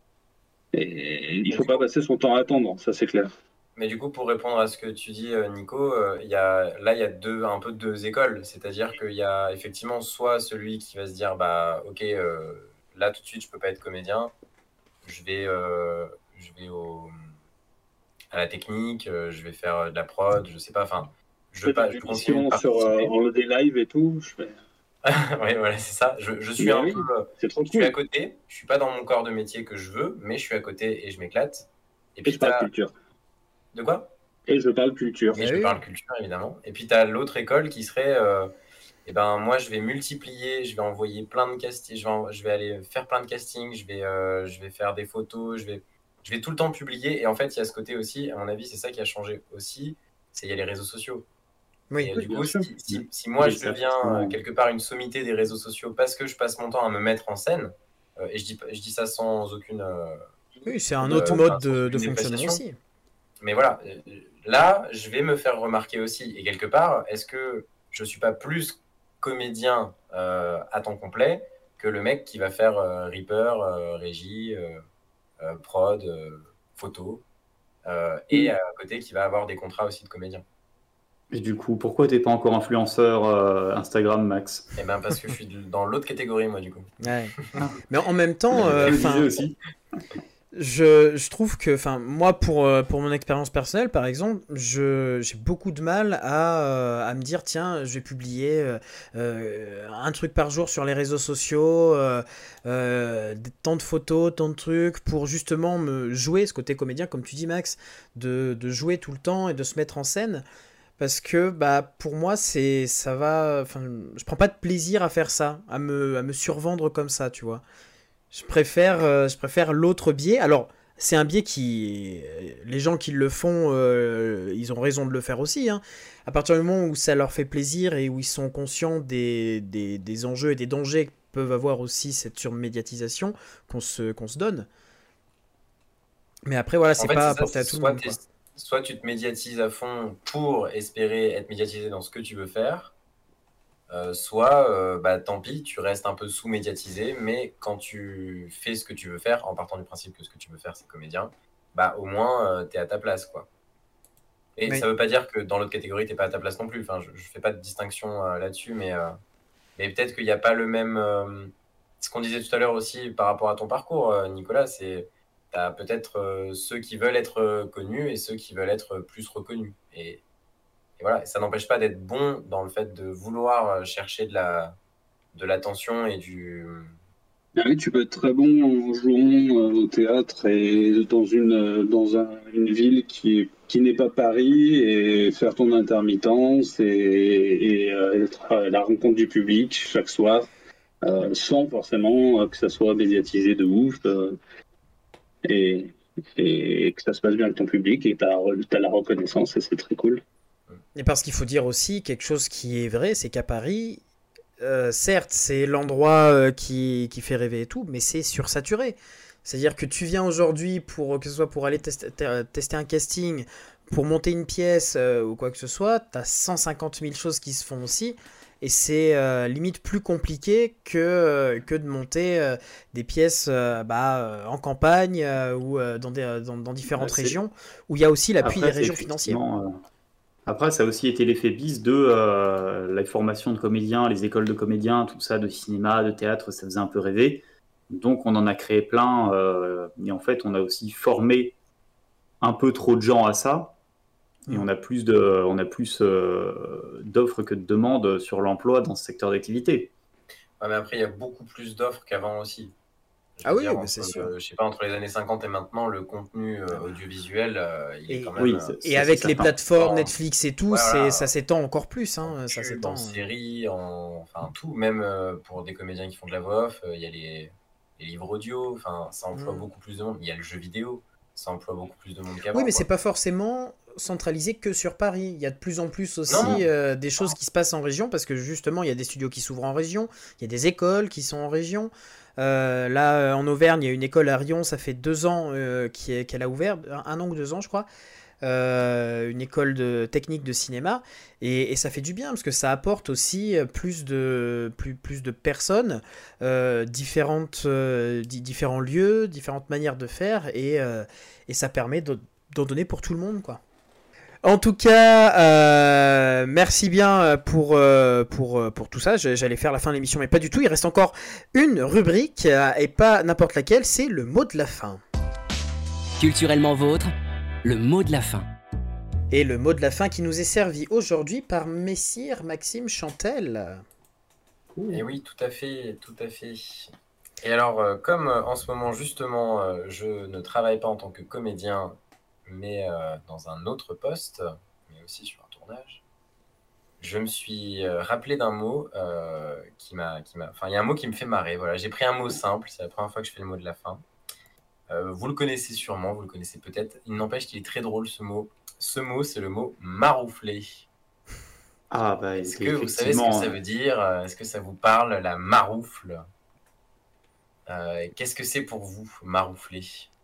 Et il faut pas passer son temps à attendre, ça c'est clair. Mais du coup, pour répondre à ce que tu dis, euh, Nico, euh, il y a, là, il y a deux, un peu deux écoles. C'est-à-dire qu'il y a effectivement soit celui qui va se dire, bah, ok, euh, là, tout de suite, je peux pas être comédien. Je vais, euh, je vais au, à la technique, euh, je vais faire de la prod, je sais pas. Enfin, je Je veux fais pas, des je continue de émissions sur euh, participer. en des lives et tout. Je fais... Oui, voilà, c'est ça. Je, je suis Mais un oui, peu, euh, c'est trop je suis à cool. côté. Je suis pas dans mon corps de métier que je veux, mais je suis à côté et je m'éclate. Et Et puis je parle t'as, culture. de quoi? Et je parle culture. Et Eh je oui. parle culture, évidemment. Et puis, tu as l'autre école qui serait, euh, eh ben, moi, je vais multiplier, je vais envoyer plein de castings, je vais, en- je vais aller faire plein de castings, je vais, euh, je vais faire des photos, je vais, je vais tout le temps publier. Et en fait, il y a ce côté aussi, à mon avis, c'est ça qui a changé aussi, c'est il y a les réseaux sociaux. Oui. Et euh, Oui, du bien coup, sûr. si, si, si moi, Oui, je ça, deviens euh, effectivement. quelque part une sommité des réseaux sociaux parce que je passe mon temps à me mettre en scène, euh, et je dis, pas- je dis ça sans aucune, euh, Oui, c'est un euh, autre enfin, mode sans de, aucune de fonctionnement dépréciation. aussi. Mais voilà, euh, là, je vais me faire remarquer aussi. Et quelque part, est-ce que je ne suis pas plus comédien euh, à temps complet que le mec qui va faire euh, Reaper, euh, régie, euh, euh, prod, euh, photo, euh, et Mm. à côté qui va avoir des contrats aussi de comédien? Et du coup, pourquoi t'es pas encore influenceur euh, Instagram, Max? Eh ben parce que je suis dans l'autre catégorie, moi, du coup. Ouais. Ah, Mais en même temps, je euh, me disais enfin, aussi. Je, je trouve que, enfin, moi, pour, euh, pour mon expérience personnelle, par exemple, je, j'ai beaucoup de mal à, euh, à me dire, tiens, je vais publier euh, euh, un truc par jour sur les réseaux sociaux, euh, euh, des- tant de photos, tant de trucs, pour justement me jouer, ce côté comédien, comme tu dis, Max, de, de jouer tout le temps et de se mettre en scène. Parce que, bah, pour moi, c'est, ça va, enfin, je prends pas de plaisir à faire ça, à me, à me survendre comme ça, tu vois. Je préfère, euh, je préfère l'autre biais. Alors, c'est un biais qui... Les gens qui le font, euh, ils ont raison de le faire aussi, hein. À partir du moment où ça leur fait plaisir et où ils sont conscients des, des, des enjeux et des dangers que peuvent avoir aussi cette surmédiatisation qu'on se, qu'on se donne. Mais après, voilà, En c'est fait, pas c'est ça, apporté c'est à tout le soit, monde, t'es- quoi. soit tu te médiatises à fond pour espérer être médiatisé dans ce que tu veux faire, euh, soit, euh, bah, tant pis, tu restes un peu sous-médiatisé, mais quand tu fais ce que tu veux faire, en partant du principe que ce que tu veux faire, c'est comédien, bah, au moins, tu es à ta place, quoi. Et Oui. ça veut pas dire que dans l'autre catégorie, t'es pas à ta place non plus. Enfin, je, je fais pas de distinction euh, là-dessus, mais, euh, mais peut-être qu'il n'y a pas le même. Euh, ce qu'on disait tout à l'heure aussi par rapport à ton parcours, euh, Nicolas, c'est t'as peut-être euh, ceux qui veulent être euh, connus et ceux qui veulent être plus reconnus. Et, et voilà, ça n'empêche pas d'être bon dans le fait de vouloir euh, chercher de la de l'attention et du. Ah oui, tu peux être très bon en jouant euh, au théâtre et dans une, euh, dans un- une ville qui est- qui n'est pas Paris et faire ton intermittence et, et, euh, être à la rencontre du public chaque soir euh, sans forcément euh, que ça soit médiatisé de ouf euh, et, et que ça se passe bien avec ton public et que tu as la reconnaissance et c'est très cool. Et parce qu'il faut dire aussi quelque chose qui est vrai, c'est qu'à Paris, euh, certes, c'est l'endroit euh, qui, qui fait rêver et tout, mais c'est sursaturé. C'est-à-dire que tu viens aujourd'hui, pour que ce soit pour aller tester, te- tester un casting, pour monter une pièce euh, ou quoi que ce soit, tu as cent cinquante mille choses qui se font aussi. Et c'est euh, limite plus compliqué que, euh, que de monter euh, des pièces euh, bah, euh, en campagne euh, ou euh, dans, des, dans, dans Bah, différentes c'est- régions où il y a aussi l'appui des Après, c'est régions financières. effectivement. euh, Après, ça a aussi été l'effet bis de euh, la formation de comédiens, les écoles de comédiens, tout ça, de cinéma, de théâtre, ça faisait un peu rêver. Donc, on en a créé plein. euh, et en fait, on a aussi formé un peu trop de gens à ça. Et Mm. on a plus de, on a plus euh, d'offres que de demandes sur l'emploi dans ce secteur d'activité. Ouais, mais après, il y a beaucoup plus d'offres qu'avant aussi. Je Ah veux oui, dire, mais entre, c'est sûr. euh, je sais pas, entre les années cinquante et maintenant, le contenu euh, Ah bah. audiovisuel, euh, il est Et, quand même Oui, euh, c'est- et ça, c'est avec les certain. plateformes en, Netflix et tout, ouais, c'est, ça voilà, s'étend encore plus, en hein, ça pub, en s'étend. série, en, enfin tout, même euh, pour des comédiens qui font de la voix off, euh, il y a les, les livres audio, enfin ça emploie Mm. beaucoup plus de monde. Il y a le jeu vidéo, ça emploie beaucoup plus de monde Oui, qu'avant, mais c'est quoi. pas forcément centralisé que sur Paris. Il y a de plus en plus Non, aussi non, euh, des choses qui se passent en région parce que justement, il y a des studios qui s'ouvrent en région, il y a des écoles qui sont en région. Euh, là, euh, en Auvergne, il y a une école à Rion, ça fait deux ans euh, qui est- qu'elle a ouvert, un, un an ou deux ans, je crois. Euh, une école de technique de cinéma et, et ça fait du bien parce que ça apporte aussi euh, plus de, plus, plus de personnes, euh, différentes, euh, di- différents lieux, différentes manières de faire et, euh, et ça permet de- d'en donner pour tout le monde, quoi. En tout cas, euh, merci bien pour, euh, pour, euh, pour tout ça. Je- J'allais faire la fin de l'émission, mais pas du tout. Il reste encore une rubrique, euh, et pas n'importe laquelle, c'est le mot de la fin. Culturellement vôtre, le mot de la fin. Et le mot de la fin qui nous est servi aujourd'hui par Messire Maxime Chantel. et oui, tout à fait, tout à fait. Et alors, euh, comme euh, en ce moment, justement, euh, je ne travaille pas en tant que comédien, mais euh, dans un autre poste, mais aussi sur un tournage, je me suis euh, rappelé d'un mot euh, qui m'a, qui m'a, enfin, il y a un mot qui me fait marrer. Voilà, j'ai pris un mot simple. C'est la première fois que je fais le mot de la fin. Euh, vous le connaissez sûrement, vous le connaissez peut-être. Il n'empêche qu'il est très drôle ce mot. Ce mot, c'est le mot marouflé. Ah, bah, Est-ce que vous savez ce que effectivement. ça veut dire? Euh, Est-ce que ça vous parle, la maroufle? Euh, Qu'est-ce que c'est pour vous, maroufler?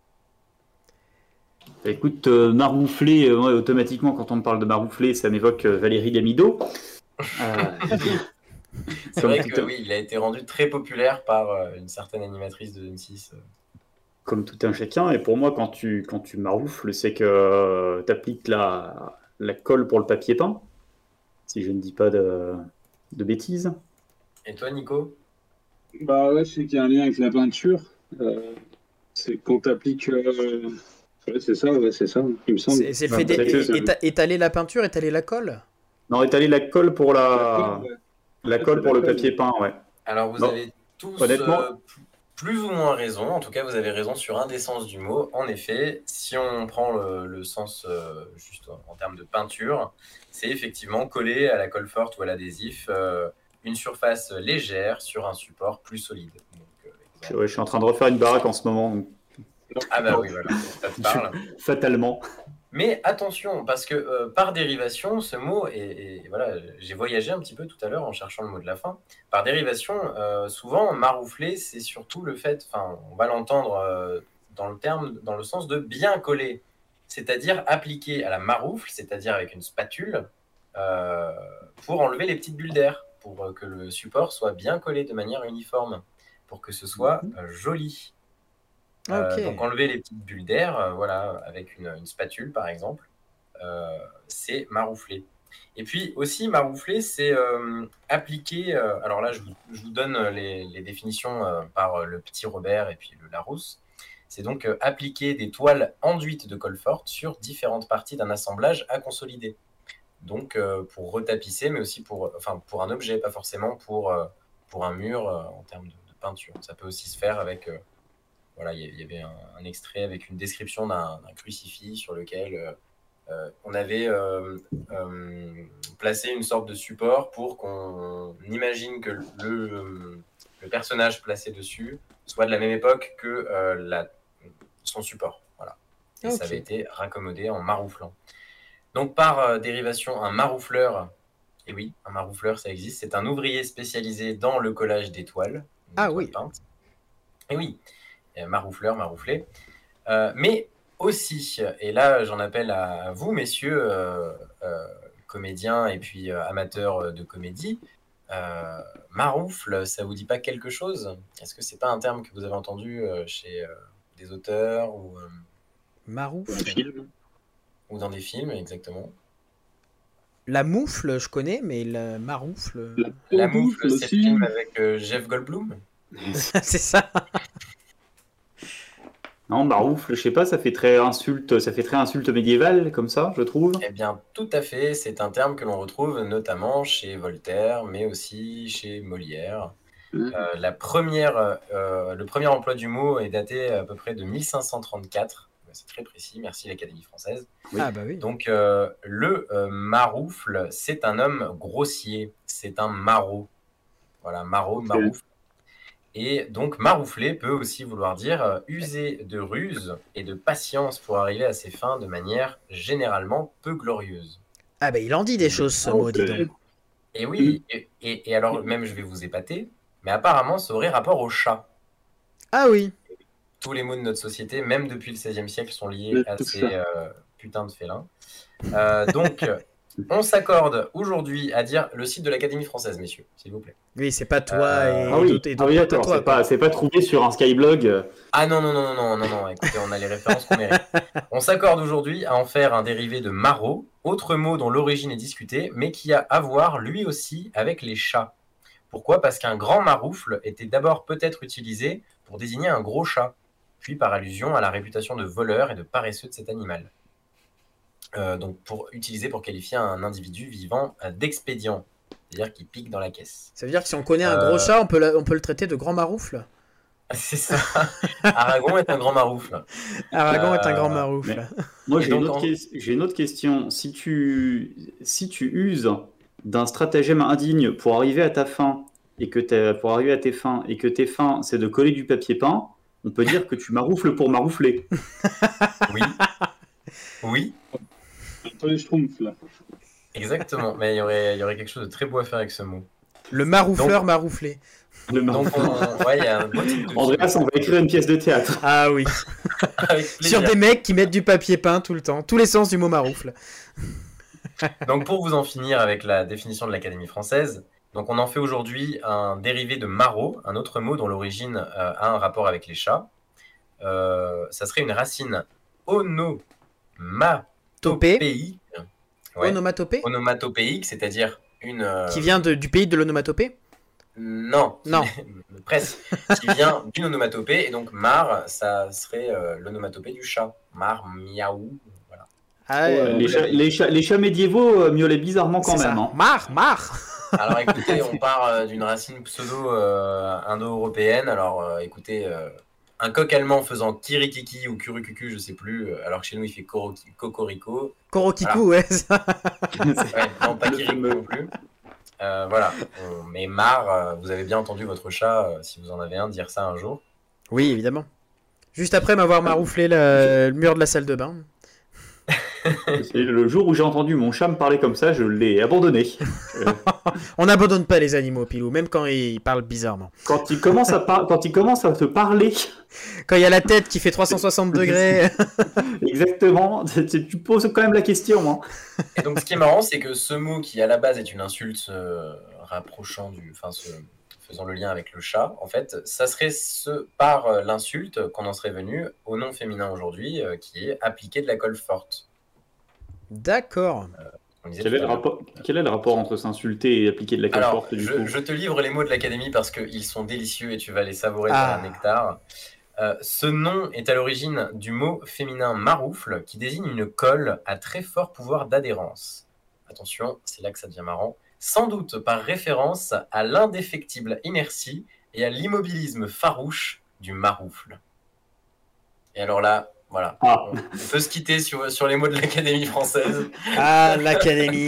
Bah, écoute, euh, marouflé, euh, ouais, automatiquement, quand on me parle de marouflé, ça m'évoque euh, Valérie Damido. Euh, C'est comme vrai tout que un- oui, il a été rendu très populaire par euh, une certaine animatrice de M six. euh. comme tout un chacun. Et pour moi, quand tu, quand tu maroufles, c'est que tu appliques la, la colle pour le papier peint, si je ne dis pas de, de bêtises. Et toi, Nico? Bah ouais, je sais qu'il y a un lien avec la peinture. Euh, C'est quand t'appliques. Euh... Ouais, c'est ça, ouais, c'est ça, il me semble. C'est c'est le Ouais, fait d'é- c'est- é- éta- étaler la peinture, étaler la colle. Non, étaler la colle pour la, La colle, ouais. la Ouais, colle c'est pour la le colle. papier peint, ouais. Alors, vous Non, avez tous honnêtement- euh, p- plus ou moins raison. En tout cas, vous avez raison sur un des sens du mot. En effet, si on prend le, le sens euh, juste en, en termes de peinture, c'est effectivement coller à la colle forte ou à l'adhésif euh, une surface légère sur un support plus solide. Donc, euh, exemple- Ouais, je suis en train de refaire une baraque en ce moment, donc, Ah bah oui, voilà, ça te parle. fatalement. Mais attention, parce que euh, par dérivation, ce mot, et, et voilà, j'ai voyagé un petit peu tout à l'heure en cherchant le mot de la fin. Par dérivation, euh, souvent, maroufler, c'est surtout le fait, enfin, on va l'entendre euh, dans le terme, dans le sens de bien coller, c'est-à-dire appliquer à la maroufle, c'est-à-dire avec une spatule, euh, pour enlever les petites bulles d'air, pour euh, que le support soit bien collé de manière uniforme, pour que ce soit euh, joli. Euh, Ok. donc enlever les petites bulles d'air, euh, voilà, avec une, une spatule par exemple, euh, c'est maroufler. Et puis aussi maroufler, c'est euh, appliquer. euh, alors là, je vous, je vous donne les, les définitions euh, par euh, le petit Robert et puis le Larousse. C'est donc euh, appliquer des toiles enduites de colle forte sur différentes parties d'un assemblage à consolider. Donc euh, pour retapisser, mais aussi pour, enfin, pour un objet, pas forcément pour, euh, pour un mur euh, en termes de, de peinture. Ça peut aussi se faire avec. euh, Voilà, il y il y avait un, un extrait avec une description d'un d'un crucifix sur lequel euh, euh, on avait euh, euh, placé une sorte de support pour qu'on imagine que le, le personnage placé dessus soit de la même époque que euh, la, son support. Voilà. Et Ok. ça avait été raccommodé en marouflant. Donc par euh, dérivation, un maroufleur, et oui, un maroufleur, ça existe, c'est un ouvrier spécialisé dans le collage d'étoiles. Ah oui. Peintes. Et oui. Euh, maroufleur, marouflé. Euh, mais aussi, et là j'en appelle à vous, messieurs, euh, euh, comédiens et puis euh, amateurs de comédie, euh, maroufle, ça vous dit pas quelque chose? Est-ce que c'est pas un terme que vous avez entendu euh, chez euh, des auteurs ou, euh, Un Maroufle. film. ou dans des films, exactement? La moufle, je connais, mais la maroufle. La, La peau moufle, moufle c'est le aussi. film avec euh, Jeff Goldblum. C'est ça. Non, maroufle, je sais pas, ça fait très insulte, ça fait très insulte médiévale, comme ça, je trouve. Eh bien, tout à fait, c'est un terme que l'on retrouve notamment chez Voltaire, mais aussi chez Molière. Mmh. Euh, la première, euh, le premier emploi du mot est daté à peu près de mille cinq cent trente-quatre. C'est très précis, merci l'Académie française. Oui. Ah bah oui. Donc, euh, le euh, maroufle, c'est un homme grossier, c'est un maraud. Voilà, maraud, Ok. maroufle. Et donc, maroufler peut aussi vouloir dire euh, user de ruse et de patience pour arriver à ses fins de manière généralement peu glorieuse. Ah bah il en dit des choses, ce Ah, mot, ok. dis donc. Et oui, et, et- et alors même je vais vous épater, mais apparemment ça aurait rapport au chat. Ah oui. Tous les mots de notre société, même depuis le seizième siècle, sont liés Le à tout ces chat. euh, putains de félins. Euh, donc, on s'accorde aujourd'hui à dire le site de l'Académie française, messieurs, s'il vous plaît. Oui, c'est pas toi Euh, et Ah oui, d'autres et ah d'autres oui potes à d'accord, toi. c'est pas, quoi. c'est pas trouvé sur un Skyblog. euh, Ah non, non, non, non, non, non, non, écoutez, on a les références qu'on mérite. On s'accorde aujourd'hui à en faire un dérivé de maraud, autre mot dont l'origine est discutée, mais qui a à voir lui aussi avec les chats. Pourquoi? Parce qu'un grand maroufle était d'abord peut-être utilisé pour désigner un gros chat, puis par allusion à la réputation de voleur et de paresseux de cet animal. Euh, donc pour utiliser pour qualifier un individu vivant euh, d'expédient, c'est-à-dire qui pique dans la caisse. Ça veut dire que si on connaît un Euh, gros chat, on peut, la- on peut le traiter de grand maroufle. C'est ça. Aragon est un grand maroufle. Aragon est un Euh, grand maroufle. mais- Moi, Et j'ai donc, une, autre en- ques- j'ai une autre question. Si tu, si tu uses d'un stratagème indigne pour arriver à ta fin et que t'as- pour arriver à tes fins et que tes fins c'est de coller du papier peint, on peut dire que tu maroufles pour maroufler. Oui. Oui, Un peu les schtroumpfs, là. exactement. Mais il y aurait, il y aurait quelque chose de très beau à faire avec ce mot. Le maroufleur Donc- marouflé. Le Donc, maroufle. on... ouais, il y a un beau titre de film. Andreas, on va écrire une pièce de théâtre. Ah oui. Avec Sur plaisir. des mecs qui mettent du papier peint tout le temps. Tous les sens du mot maroufle. Donc, pour vous en finir avec la définition de l'Académie française, donc on en fait aujourd'hui un dérivé de maraud, un autre mot dont l'origine euh, a un rapport avec les chats. Euh, ça serait une racine onomatopéique. Ouais. Onomatopée. Onomatopéique, c'est-à-dire une. euh, Qui vient de- du pays de l'onomatopée. Non. Non. Presque. Qui vient d'une onomatopée. Et donc, mar, ça serait euh, l'onomatopée du chat. Mar, miaou. Voilà. Ah, Ouais, euh, les, chats, les, chats, les chats médiévaux euh, miaulaient bizarrement quand c'est même. ça. Hein. Mar, mar. Alors, écoutez, on part euh, d'une racine pseudo-indo-européenne. Euh, alors, euh, écoutez, euh, un coq allemand faisant kirikiki ou kurukuku, je sais plus, euh, alors que chez nous, il fait koro- cocorico. Korokiku, Voilà. ouais. Ça. Ouais, non, pas Kirikou non plus. Euh, voilà. On- Mais Mar, euh, vous avez bien entendu votre chat, euh, si vous en avez un, dire ça un jour. Oui, évidemment. Juste après m'avoir marouflé le, le mur de la salle de bain. C'est le jour où j'ai entendu mon chat me parler comme ça, je l'ai abandonné. Euh, On n'abandonne pas les animaux, Pilou, même quand ils parlent bizarrement. quand, il commence à par- quand il commence à te parler, Quand il y a la tête qui fait trois cent soixante degrés. exactement, tu tu poses quand même la question. Hein. Et donc, ce qui est marrant, c'est que ce mot qui, à la base, est une insulte se rapprochant du. Enfin, se faisant le lien avec le chat, en fait, ça serait ce, par euh, l'insulte qu'on en serait venu au nom féminin aujourd'hui, euh, qui est appliquer de la colle forte. D'accord. On disait Quel tout est, le à l'heure. rapport, quel est le rapport entre s'insulter et appliquer de la colle Alors, forte du je, coup je te livre les mots de l'Académie parce qu'ils sont délicieux et tu vas les savourer Ah. comme un nectar. Euh, ce nom est à l'origine du mot féminin maroufle qui désigne une colle à très fort pouvoir d'adhérence. Attention, c'est là que ça devient marrant. Sans doute par référence à l'indéfectible inertie et à l'immobilisme farouche du maroufle. Et alors là, voilà, Ah. on, on peut se quitter sur, sur les mots de l'Académie française. Ah, l'académie.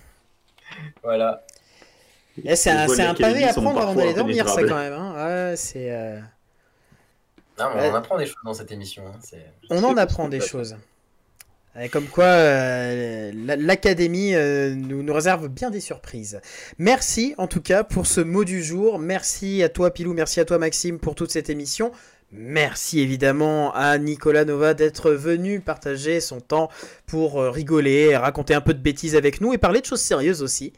Voilà. Eh, c'est Les un, voix de c'est un pavé l'Académie à sont prendre avant parfois d'aller dormir, ça, impénétrables. quand même. Hein. Ouais, c'est, euh, Non, mais Ouais. on apprend des choses dans cette émission. Hein. C'est... On en apprend des choses. Et comme quoi, euh, la- l'académie euh, nous, nous réserve bien des surprises. Merci, en tout cas, pour ce mot du jour. Merci à toi, Pilou. Merci à toi, Maxime, pour toute cette émission. Merci évidemment à Nicolas Nova d'être venu partager son temps pour euh, rigoler, raconter un peu de bêtises avec nous et parler de choses sérieuses aussi.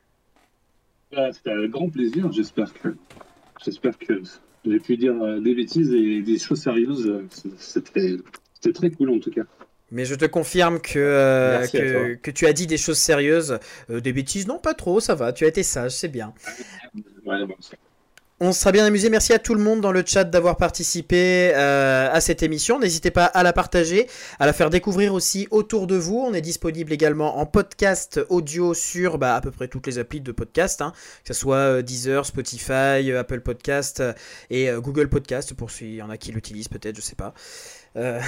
Voilà, c'était un grand plaisir. J'espère que, j'espère que j'ai pu dire euh, des bêtises et des choses sérieuses. Euh, C'était, c'était très cool en tout cas. Mais je te confirme que, euh, Merci à que, toi. que tu as dit des choses sérieuses. Euh, des bêtises, non, pas trop, ça va. Tu as été sage, c'est bien. Ouais, bon, ça- On sera bien amusé. Merci à tout le monde dans le chat d'avoir participé euh, à cette émission. N'hésitez pas à la partager, à la faire découvrir aussi autour de vous. On est disponible également en podcast audio sur bah, à peu près toutes les applis de podcast, hein, que ce soit euh, Deezer, Spotify, euh, Apple Podcast euh, et euh, Google Podcast pour s'il y en a qui l'utilisent peut-être, je sais pas. Euh,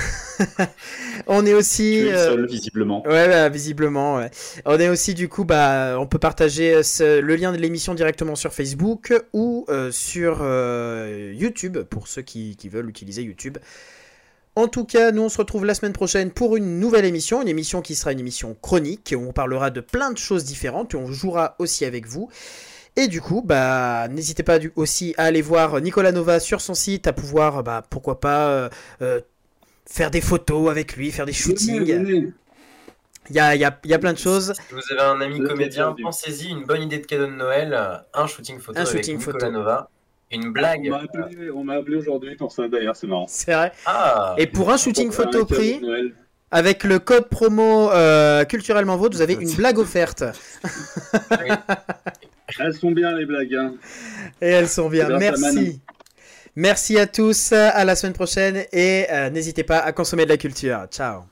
on est aussi... Tu es le euh, seul, visiblement. Ouais, bah, visiblement. Ouais. On est aussi, du coup, bah, on peut partager ce- le lien de l'émission directement sur Facebook ou euh, sur euh, YouTube pour ceux qui, qui veulent utiliser YouTube. En tout cas, nous on se retrouve la semaine prochaine pour une nouvelle émission, une émission qui sera une émission chronique où on parlera de plein de choses différentes et on jouera aussi avec vous. Et du coup, bah, n'hésitez pas du- aussi à aller voir Nicolas Nova sur son site, à pouvoir, bah, pourquoi pas, euh, euh, faire des photos avec lui, faire des Venez, shootings. venez. Il y a, il y a- il y a plein de choses. Si vous avez un ami Vous êtes comédien, bienvenus. pensez-y, une bonne idée de cadeau de Noël, euh, un shooting photo Un avec shooting Nicolas photo. Nova, une On blague. m'a appelé, on m'a appelé aujourd'hui pour ça d'ailleurs, c'est marrant. C'est vrai. Ah, Et pour un shooting Pour faire photo un cadeau pris, de Noël. avec le code promo euh, culturellement vôtre, vous avez une blague offerte. oui. Elles sont bien les blagues. Hein. Et elles sont bien. Grâce à Manon. Merci. Merci à tous. À la semaine prochaine. Et euh, n'hésitez pas à consommer de la culture. Ciao.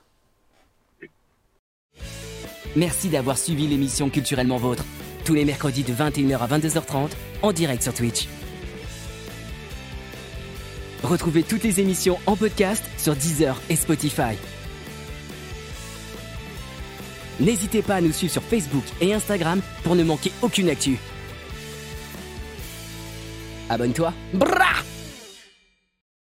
Merci d'avoir suivi l'émission Culturellement Vôtre, tous les mercredis de vingt et une heures à vingt-deux heures trente, en direct sur Twitch. Retrouvez toutes les émissions en podcast sur Deezer et Spotify. N'hésitez pas à nous suivre sur Facebook et Instagram pour ne manquer aucune actu. Abonne-toi. Brrra